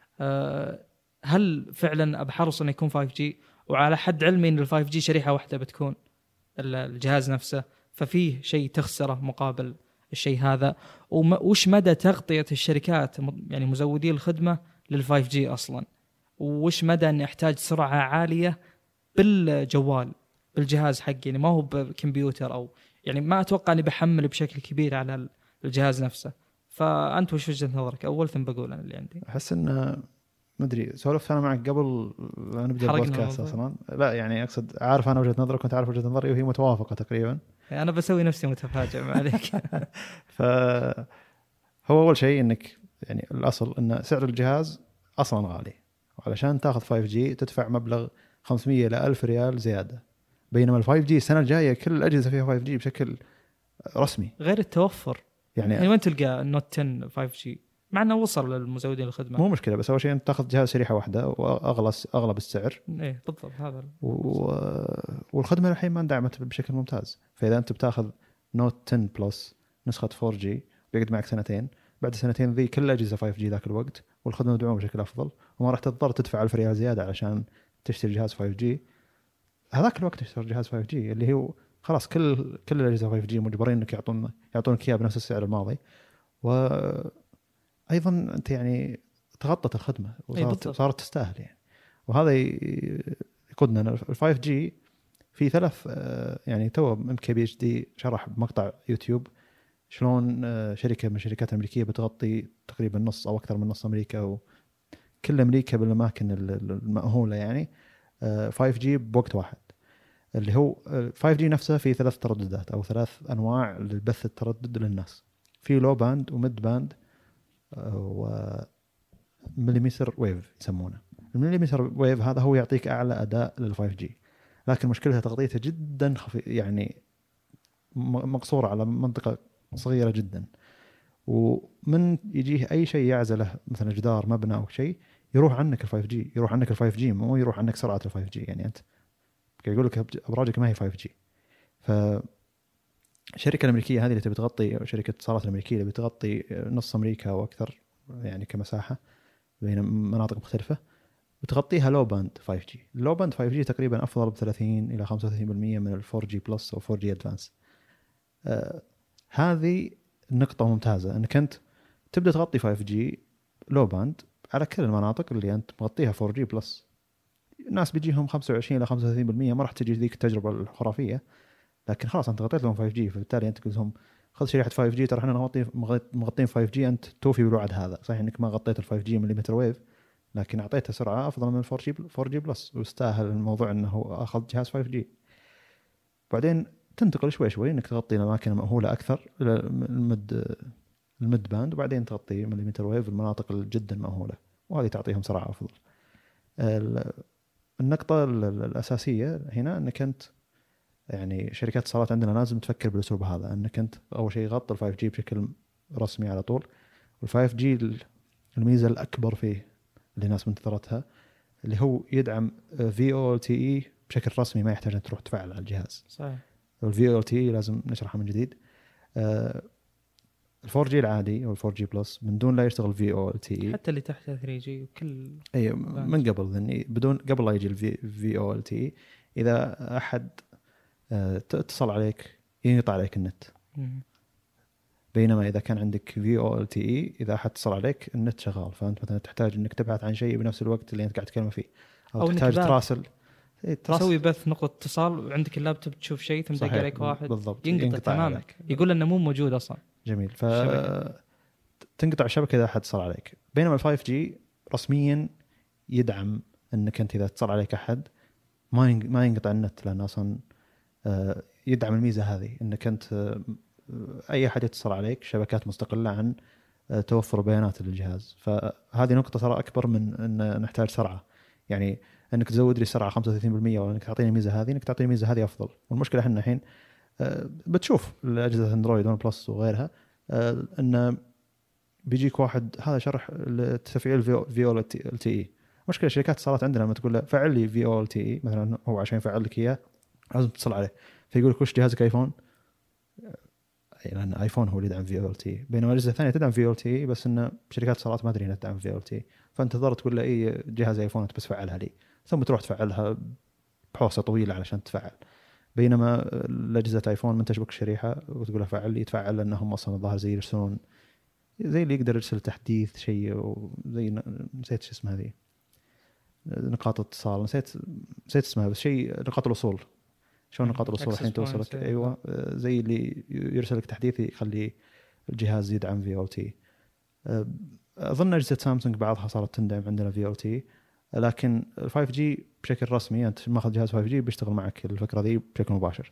أه هل فعلا أبحرص أن يكون فايف جي؟ وعلى حد علمي أن الفايف جي شريحة واحدة بتكون الجهاز نفسه، ففيه شيء تخسره مقابل الشيء هذا. وش مدى تغطية الشركات يعني مزودي الخدمة للفايف جي أصلا؟ وش مدى أن أحتاج سرعة عالية بالجوال بالجهاز حقي؟ يعني ما هو بكمبيوتر أو يعني ما أتوقع أني بحمل بشكل كبير على الجهاز نفسه. فأنت وش وجهة نظرك أول ثم بقول أنا اللي عندي؟ أحس إن ما أدري سولفت أنا معك قبل لا نبدأ البودكاست أصلا. لا يعني أقصد عارف أنا وجهة نظرك وأنت عارف وجهة نظري وهي متوافقة تقريبا. أنا بسوي نفسي متفاجئ ما عليك. فهو أول شيء إنك يعني الأصل إن سعر الجهاز أصلا غالي، وعلشان تأخذ فايف جي تدفع مبلغ خمسمية إلى ألف ريال زيادة، بينما الفايف جي السنة الجاية كل الأجهزة فيها فايف جي بشكل رسمي. غير التوفر يعني, يعني وين تلقى النوت عشرة فايف جي مع أنه وصل للمزودين الخدمة؟ مو مشكلة، بس أول شيء أنت تأخذ جهاز شريحة واحدة وأغلى أغلى بالسعر. إيه بالضبط هذا. و... والخدمة الحين ما اندعمت بشكل ممتاز. فإذا أنت بتأخذ نوت عشرة بلس نسخة فور جي بيقعد معك سنتين، بعد سنتين ذي كل أجهزة فايف جي ذاك الوقت والخدمة مدعومة بشكل أفضل، وما راح تضطر تدفع ألف ريال زيادة علشان تشتري جهاز فايف جي. هذاك الوقت تشتري جهاز فايف جي اللي هو خلاص كل كل الأجهزة فايف جي مجبرين إنك يعطون يعطونك إياه بنفس السعر الماضي. وأيضا أنت يعني تغطت الخدمة وصارت صارت تستاهل يعني. وهذا يقودنا الفايف جي في ثلاث يعني تو ام كي بي اتش دي شرح بمقطع يوتيوب شلون شركة من الشركات الأمريكية بتغطي تقريبا نص أو أكثر من نص أمريكا وكل أمريكا بالأماكن المأهولة يعني فايف جي بوقت واحد. اللي هو فايف جي نفسه في ثلاث ترددات أو ثلاث أنواع للبث التردد للناس، في لو باند وميد باند ومليمتر ويف يسمونه. المليمتر ويف هذا هو يعطيك أعلى أداء للفايف جي، لكن مشكلتها تغطيتها جدا خفي يعني مقصورة على منطقة صغيرة جدا، ومن يجيه أي شيء يعزله مثلا جدار مبنى أو شيء يروح عنك الفايف جي يروح عنك الفايف جي مو يروح عنك سرعة الفايف جي. يعني أنت يقول لك أبراجك ما هي فايف جي. فالشركة الأمريكية هذه اللي تبي تغطي، شركة اتصالات الأمريكية اللي بتغطي نص أمريكا وأكثر يعني كمساحة بين مناطق مختلفة، بتغطيها لو باند فايف جي. اللو باند فايف جي تقريبا أفضل بثلاثين إلى خمسة وثلاثين بالمئة من الفور جي بلس أو فور جي أدفانس. آه هذه النقطة ممتازة أنك أنت تبدأ تغطي فايف جي لو باند على كل المناطق اللي أنت مغطيها فور جي بلس. الناس بيجيهم خمسة وعشرين إلى خمسة وثلاثين بالمئة ما راح تجي ذيك التجربة الخرافية، لكن خلاص أنت غطيت لهم فايف جي، فبالتالي أنت قلت لهم خذ شريحة فايف جي ترى إحنا مغطين مغطين فايف جي، أنت توفي بالوعد هذا. صحيح إنك ما غطيت الفايف جي مليمتر ويف، لكن اعطيته سرعه افضل من فور جي فور جي بلس، واستاهل الموضوع انه اخذ جهاز فايف جي. بعدين تنتقل شوي شوي انك تغطي الاماكن المأهوله اكثر، المد المد باند، وبعدين تغطي مليمتر ويف المناطق جدا مأهوله، وهذه تعطيهم سرعه افضل. النقطه الاساسيه هنا انك انت يعني شركات الاتصالات عندنا لازم تفكر بالاسلوب هذا، انك انت اول شيء غطي الفايف جي بشكل رسمي على طول. والفايف جي الميزه الاكبر فيه اللي الناس منتظرتها اللي هو يدعم في او ال تي اي بشكل رسمي، ما يحتاج ان تروح تفعل على الجهاز. صحيح. الفي او ال تي اي لازم نشرحها من جديد. الفور جي العادي او الفور جي بلس من دون لا يشتغل في او ال تي اي، حتى اللي تحت ثري جي وكل اي من قبل ذني بدون قبل لا يجي الفي في او ال تي اي، اذا احد اتصل عليك ينقطع عليك النت. مم. بينما اذا كان عندك في او ال تي اي اذا احد اتصل عليك النت شغال، فانت مثلا تحتاج انك تبحث عن شيء بنفس الوقت اللي انت قاعد تتكلم فيه، او, أو تحتاج تراسل تسوي بث نقطه اتصال وعندك اللابتوب تشوف شيء ثم دق عليك واحد بالضبط. ينقطع, ينقطع تماما، يقول انه مو موجود اصلا. جميل. ف تنقطع الشبكه اذا احد اتصل عليك. بينما الفايف جي رسميا يدعم انك انت اذا اتصل عليك احد ما ما ينقطع النت، لان اصلا يدعم الميزه هذه انك انت اي احد يتصل عليك شبكات مستقله عن توفر بيانات للجهاز. فهذه نقطه ترى اكبر من ان نحتاج سرعه، يعني انك تزود لي سرعه خمسة وثلاثين بالمئة ولا انك تعطيني الميزه هذه، انك تعطيني الميزه هذه افضل. والمشكله احنا الحين بتشوف الاجهزه اندرويد ون بلس وغيرها ان بيجيك واحد هذا شرح لتفعيل في او ال تي اي. مشكله شركات الاتصالات عندنا لما تقول له فعل لي في او ال تي اي مثلا، هو عشان يفعل لك اياه لازم تتصل عليه فيقول لك وش جهازك ايفون، لان ايفون هو اللي يدعم في او ال تي، بينما الاجهزه الثانيه تدعم في او ال تي بس ان شركات الاتصالات ما ادري انها تدعم في او ال تي، فانت تضطر تقول له اي جهاز ايفون انت بس فعلها لي، ثم تروح تفعلها بحوسه طويله علشان تفعل. بينما الاجهزه ايفون من تشبك الشريحه وتقول له فعل لي يتفعل، لانهم اصلا الظاهر زي يرسلون زي اللي يقدر يرسل تحديث شيء، زي نسيت شو اسمها هذه نقاط اتصال، نسيت نسيت اسمها بس شيء نقاط الوصول. شلون نقاط الوصول الحين توصلك؟ ايوه زي اللي يرسل لك تحديث يخلي الجهاز يدعم في او تي. اظن اجهزه سامسونج بعضها صارت تندعم عندنا في او تي، لكن الفايف جي بشكل رسمي انت ماخذ جهاز فايف جي بيشتغل معك الفكره ذي بشكل مباشر.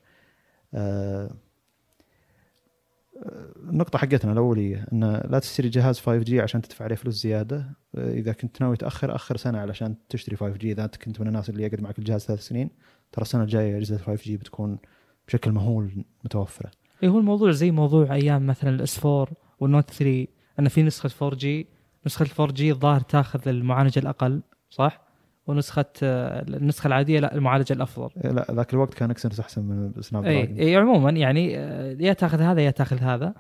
النقطة حقتنا الأولية أن لا تشتري جهاز فايف جي عشان تدفع عليه فلوس زيادة. إذا كنت ناوي تأخر أخر سنة علشان تشتري فايف جي. إذا أنت كنت من الناس اللي يقعد معك الجهاز ثلاث سنين، ترى السنة الجاية أجهزة فايف جي بتكون بشكل مهول متوفرة. إيه هو الموضوع زي موضوع أيام مثلا الإس فور والنوت ثري، أن في نسخة فور جي، نسخة الفور جي الظاهر تأخذ المعالجة الأقل صح؟ ونسخة النسخة العادية لا المعالجة الأفضل. لا ذاك الوقت كان إكسنس أحسن من سناب دراجون. أي عموما يعني يا تأخذ هذا يا تأخذ هذا.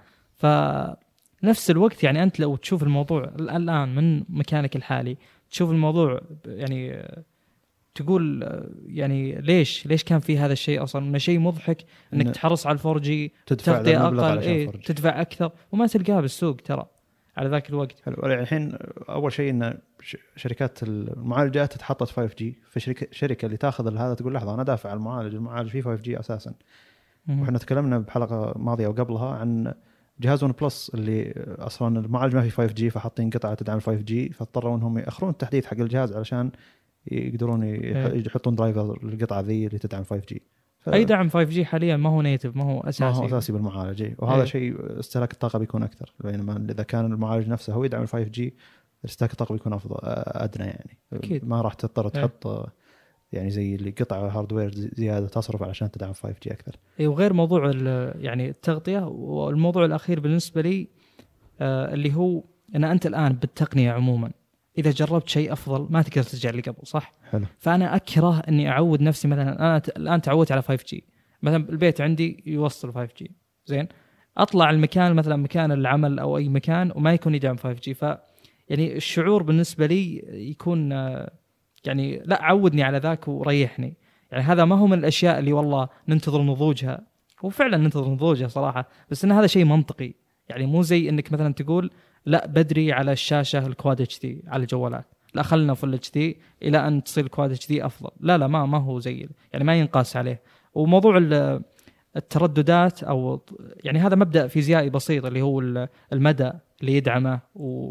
فنفس الوقت يعني أنت لو تشوف الموضوع الآن من مكانك الحالي، تشوف الموضوع يعني تقول يعني ليش ليش كان في هذا الشيء أصلا؟ إنه شيء مضحك إنك تحرص على الفور جي تغطي أقل إيه تدفع أكثر وما تلقاه بالسوق ترى على ذاك الوقت. حلو. الحين أول شيء إن شركات المعالجات تحطت فايف جي، فشركة شركة اللي تأخذ هذا تقول لحظة أنا دافع على المعالج المعالج فيه فايف جي أساسا. وإحنا تكلمنا بحلقة ماضية وقبلها عن جهاز ون بلس اللي أصلا المعالج ما فيه فايف جي فحاطين قطعة تدعم فايف جي، فاضطروا إنهم يأخرون التحديث حق الجهاز علشان يقدرون يحطون درايفر القطعة ذي اللي تدعم فايف جي. ف... أي دعم فايف جي حاليا ما هو نيتف، ما هو أساسي، ما هو أساسي بالمعالج، وهذا أيه. شيء استهلاك الطاقة بيكون أكثر، بينما إذا كان المعالج نفسه هو يدعم الفايف جي استهلاك الطاقة بيكون أفضل أدنى يعني. أكيد. ما راح تضطر تحط أيه. يعني زي اللي قطعة هاردوير زيادة تصرف علشان تدعم فايف جي أكثر. أي وغير موضوع يعني التغطية. والموضوع الأخير بالنسبة لي آه اللي هو أن أنت الآن بالتقنية عموما إذا جربت شيء أفضل ما تقدر ترجع اللي قبل صح؟ حلو. فأنا أكره إني أعود نفسي مثلا أنا الآن تعودت على فايف جي مثلا البيت عندي يوصل فايف جي زين، أطلع المكان مثلا مكان العمل أو أي مكان وما يكون يدعم فايف جي، ف يعني الشعور بالنسبة لي يكون يعني لا عودني على ذاك وريحني. يعني هذا ما هو من الأشياء اللي والله ننتظر نضوجها، وفعلا ننتظر نضوجها صراحة، بس إن هذا شيء منطقي. يعني مو زي إنك مثلا تقول لا بدري على الشاشة الكواد اتش دي على الجوالات، لا خلنا فل اتش دي إلى أن تصير الكواد اتش دي أفضل. لا لا ما ما هو زي يعني ما ينقاس عليه. وموضوع الترددات أو يعني هذا مبدأ فيزيائي بسيط اللي هو المدى اللي يدعمه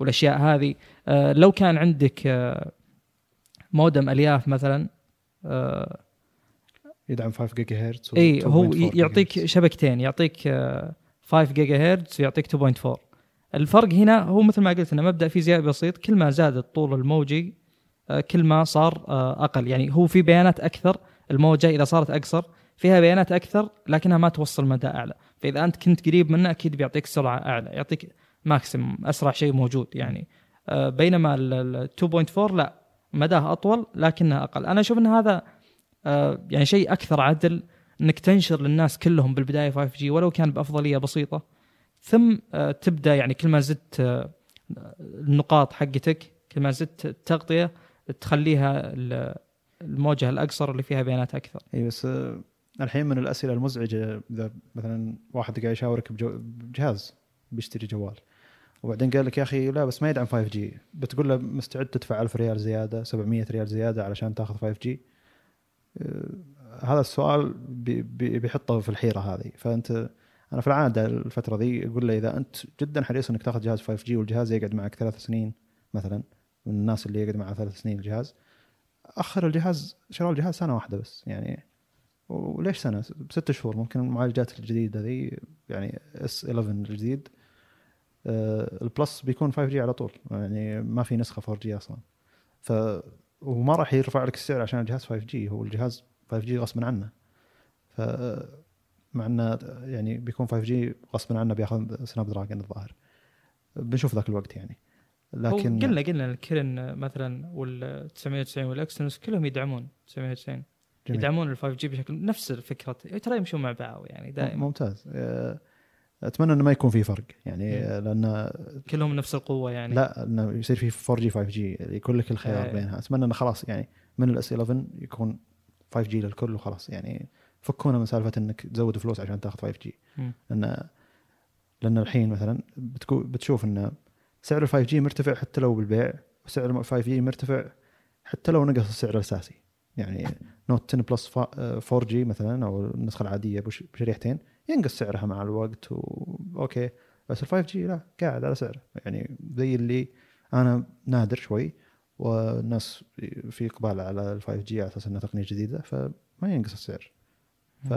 والاشياء هذه. آه لو كان عندك آه مودم الياف مثلا آه يدعم خمسة جيجا هرتز، اي هو يعطيك شبكتين، يعطيك آه خمسة جيجا هرتز ويعطيك اثنين فاصلة أربعة. الفرق هنا هو مثل ما قلت انه مبدا في زياده بسيط، كل ما زاد الطول الموجي آه كل ما صار آه اقل. يعني هو في بيانات اكثر، الموجه اذا صارت اقصر فيها بيانات اكثر لكنها ما توصل مدى اعلى. فاذا انت كنت قريب منه اكيد بيعطيك سرعه اعلى، يعطيك ماكسيم اسرع شيء موجود يعني. آه بينما ال اثنين فاصلة أربعة لا، مداه اطول لكنها اقل. انا اشوف ان هذا آه يعني شيء اكثر عدل، انك تنشر للناس كلهم بالبدايه خمسة جي ولو كان بافضليه بسيطه، ثم آه تبدا يعني كل ما زدت آه النقاط حقتك، كل ما زدت التغطيه تخليها الموجه الاقصر اللي فيها بيانات اكثر. اي بس الحين من الاسئله المزعجه اذا مثلا واحد قاعد يشاورك بجهاز بيشتري جوال وبعدين قال لك يا اخي لا بس ما يدعم خمسة جي، بتقول له مستعد تدفع ألف ريال زياده، سبعمية ريال زياده علشان تاخذ خمسة جي؟ أه هذا السؤال بي بي بيحطه في الحيره هذه. فانت انا في العاده الفتره ذي اقول له اذا انت جدا حريص انك تاخذ جهاز خمسة جي والجهاز يقعد معك ثلاث سنين مثلا، من الناس اللي يقعد معه ثلاث سنين الجهاز، اخر الجهاز شراء الجهاز سنه واحدة بس يعني. وليش سنه؟ بست شهور ممكن المعالجات الجديده ذي يعني اس إحدى عشر الجديد أه البلس بيكون خمسة جي على طول، يعني ما في نسخه فور جي اصلا. ف وما راح يرفع لك السعر عشان الجهاز خمسة جي، هو الجهاز خمسة جي غصبا عنه. ف مع انه يعني بيكون خمسة جي غصبا عنه بياخذ سناب دراجون الظاهر، بنشوف ذاك الوقت يعني. لكن قلنا قلنا الكيرن مثلا وال تسعمية وتسعين والاكسنس كلهم يدعمون تسعمية وتسعين، يدعمون ال خمسة جي بشكل نفس الفكره، ترى يمشون مع بعض يعني دائما. ممتاز. اتمنى انه ما يكون في فرق يعني، لان كلهم نفس القوه يعني. لا انه يصير في فور جي خمسة جي يكون لك الخيار آه. بينها. اتمنى انه خلاص يعني من الاس إحدى عشر يكون خمسة جي للكل وخلاص يعني، فكونا من سالفه انك تزود فلوس عشان تاخذ خمسة جي. لان لان الحين مثلا بتشوف ان سعر ال خمسة جي مرتفع حتى لو بالبيع، وسعر ال خمسة جي مرتفع حتى لو نقص السعر الاساسي يعني. نوت عشرة بلس فور جي مثلا او النسخه العاديه بشريحتين ينقص سعرها مع الوقت و... اوكي، بس ال خمسة جي لا قاعد على سعر يعني زي اللي انا نادر شوي، والناس في اقبال على ال خمسة جي على اساس انها تقنيه جديده فما ينقص السعر. ف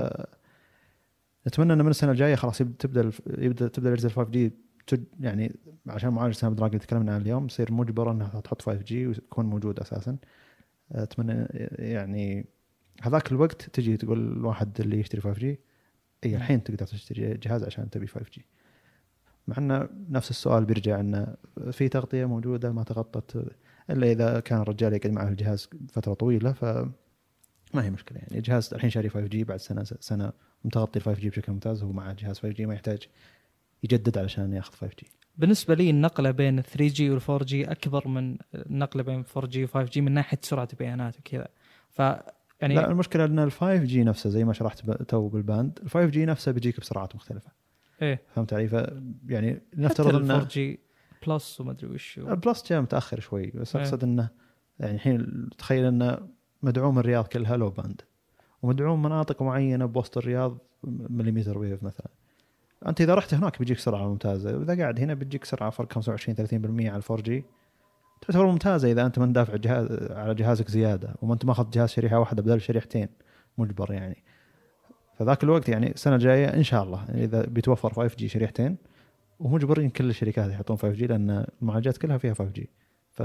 نتمنى ان من السنه الجايه خلاص تبدا يبدا تبدا الجزء خمسة جي يعني، عشان معالج سناب دراجون اللي تكلمنا عنه اليوم يصير مجبر انها تحط خمسة جي ويكون موجود اساسا. اتمنى يعني هذاك الوقت تجي تقول الواحد اللي يشتري خمسة جي اي الحين تقدر تشتري جهاز عشان تبي خمسة جي. مع انه نفس السؤال بيرجع انه في تغطيه موجوده ما تغطت الا اذا كان الرجال يقعد معه الجهاز فتره طويله، فما هي مشكله يعني. الجهاز الحين شاري خمسة جي بعد سنه سنه متغطي خمسة جي بشكل ممتاز، هو مع جهاز خمسة جي ما يحتاج يجدد علشان ياخذ خمسة جي. بالنسبه لي النقله بين ثري جي وال فور جي اكبر من النقله بين فور جي و خمسة جي من ناحيه سرعه البيانات وكذا. ف يعني لا المشكله ان ال خمسة جي نفسه زي ما شرحت تو بالباند، ال خمسة جي نفسه بيجيك بسرعات مختلفه. ايه فهمت علي؟ ف يعني نفترض ان فور جي بلس وما ادري وش البلس جاء متاخر شوي، بس اقصد إيه؟ انه يعني الحين تخيل انه مدعوم الرياض كلها لو باند، ومدعوم مناطق معينه بوسط الرياض مليمتر ويف مثلا. انت اذا رحت هناك بيجيك سرعه ممتازه، واذا قاعد هنا بيجيك سرعه فرق خمسة وعشرين ثلاثين بالمية على الفور جي، تعتبر ممتازه اذا انت ما دافع جهاز على جهازك زياده وما انت ماخذ جهاز شريحه واحده بدل شريحتين مجبر يعني. فذاك الوقت يعني السنه الجايه ان شاء الله اذا بيتوفر خمسة جي شريحتين، ومجبرين كل الشركات يحطون خمسة جي لان المعالجات كلها فيها خمسة جي. ف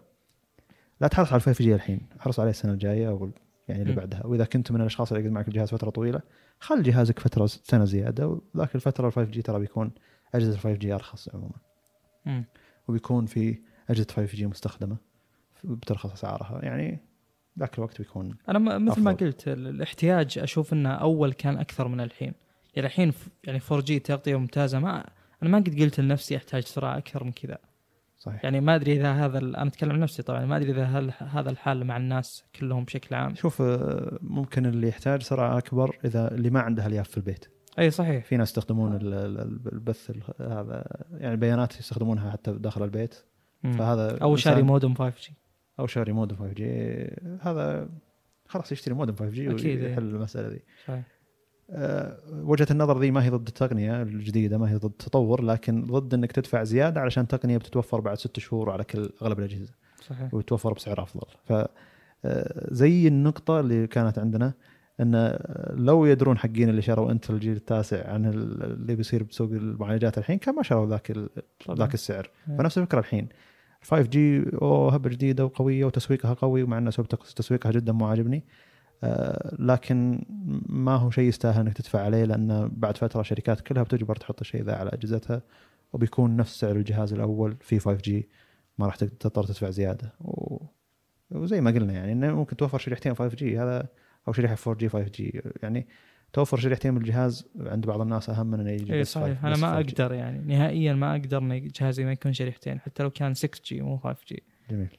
لا تحرص على خمسة جي الحين، حرص عليه السنه الجايه او يعني اللي بعدها. واذا كنت من الاشخاص اللي يقعد معك الجهاز فتره طويله، خل جهازك فتره سنه زياده، وذاك الفتره ال خمسة جي ترى بيكون اجهزه ال خمسة جي ارخص عموما. امم وبيكون في اجهزه خمسة جي مستخدمه بترخص اسعارها يعني. ذاك الوقت بيكون انا مثل أفضل. ما قلت الاحتياج اشوف انه اول كان اكثر من الحين. يعني الحين يعني فور جي تغطيه ممتازه، ما انا ما قد قلت لنفسي احتاج سرعه اكثر من كذا. صحيح. يعني ما ادري اذا هذا انا اتكلم عن نفسي طبعا، ما ادري اذا هذا الحال مع الناس كلهم بشكل عام. شوف ممكن اللي يحتاج سرعه اكبر اذا اللي ما عنده الياف في البيت. اي صحيح، في ناس يستخدمون البث هذا يعني البيانات يستخدمونها حتى داخل البيت. مم. فهذا او شاري مودم خمسة جي او شاري مودم خمسة جي، هذا خلاص يشتري مودم خمسة جي ويحل المساله دي. صحيح. أه وجهة النظر ذي ما هي ضد التقنية الجديدة، ما هي ضد التطور، لكن ضد انك تدفع زيادة علشان تقنية بتتوفر بعد ست شهور على كل اغلب الأجهزة. صحيح. وتوفر بسعر افضل. ف زي النقطة اللي كانت عندنا ان لو يدرون حقين اللي شروا انتل الجيل التاسع عن اللي بيصير بسوق المعالجات الحين كان ما شروا ذاك ذاك السعر. مم. فنفس الفكرة الحين فايف جي او هبة جديدة وقوية وتسويقها قوي، ومع ان تسويقها جدا مو عاجبني، آه لكن ما هو شيء يستاهل انك تدفع عليه، لان بعد فترة شركات كلها بتجبر تحط الشيء ذا على اجهزتها، وبيكون نفس سعر الجهاز الاول في فايف جي، ما راح تضطر تدفع زيادة. و... وزي ما قلنا يعني انه ممكن توفر شريحتين فايف جي هذا او شريحه فور جي فايف جي، يعني توفر شريحتين من الجهاز عند بعض الناس اهم من انه يجي اي بس صحيح. انا ما اقدر يعني نهائيا ما اقدر ان جهازي ما يكون شريحتين حتى لو كان سكس جي مو فايف جي. جميل.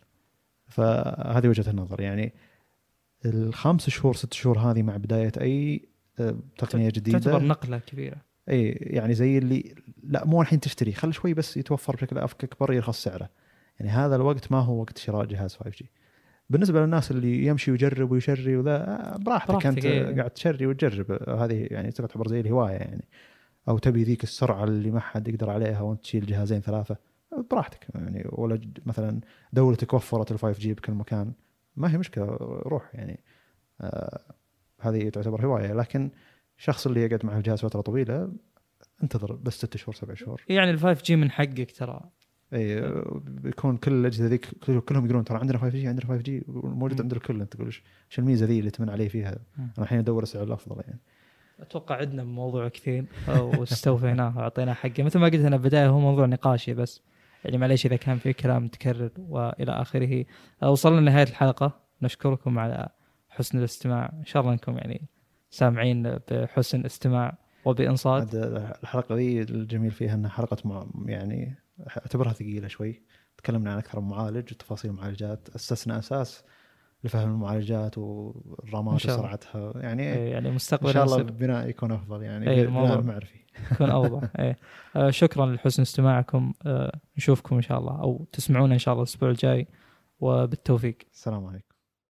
فهذه وجهه النظر. يعني الخمس شهور ست شهور هذه مع بدايه اي تقنيه جديده تعتبر نقله كبيره. اي يعني زي اللي لا مو الحين تشتري، خلي شوي بس يتوفر بشكل اكبر يرخص سعره. يعني هذا الوقت ما هو وقت شراء جهاز فايف جي. بالنسبه للناس اللي يمشي ويجرب ويشري وذا براحتك, براحتك انت إيه. قاعد تشري وتجرب، هذه يعني تعتبر زي الهوايه يعني، او تبي ذيك السرعه اللي ما حد يقدر عليها وانت تشيل جهازين ثلاثه براحتك يعني. ولا مثلا دولتك وفرت الفايف جي بكل مكان ما هي مشكله، روح يعني. آه هذه تعتبر هوايه. لكن الشخص اللي يقعد مع الجهاز فتره طويله انتظر بس ستة شهور سبع شهور. يعني الفايف جي من حقك ترى. اي بيكون كل الاجهزه ذيك كلهم يقولون ترى عندنا فايف جي عندنا فايف جي موجود عند الكل، انت تقول ايش الميزه ذي اللي تمن عليه فيها؟ انا الحين ادور السعر الافضل. يعني اتوقع عندنا موضوع كثير واستوفيناه وعطينا حقه. مثل ما قلت انا بدايه هو موضوع نقاشي بس، يعني معليش اذا كان في كلام متكرر والى اخره. وصلنا لنهايه الحلقه، نشكركم على حسن الاستماع. ان شاء الله انكم يعني سامعين بحسن استماع وبانصات. الحلقه ذي الجميل فيها انها حلقه مع يعني اعتبرها ثقيله شوي، تكلمنا عن اكثر من معالج وتفاصيل المعالجات، اسسنا اساس لفهم المعالجات والرامات وسرعتها. يعني يعني مستقبل ان شاء الله البناء يكون افضل، يعني بناء معرفي يكون اوضح. ايه آه شكرا لحسن استماعكم. آه نشوفكم ان شاء الله او تسمعونا ان شاء الله الاسبوع الجاي، وبالتوفيق. السلام عليكم.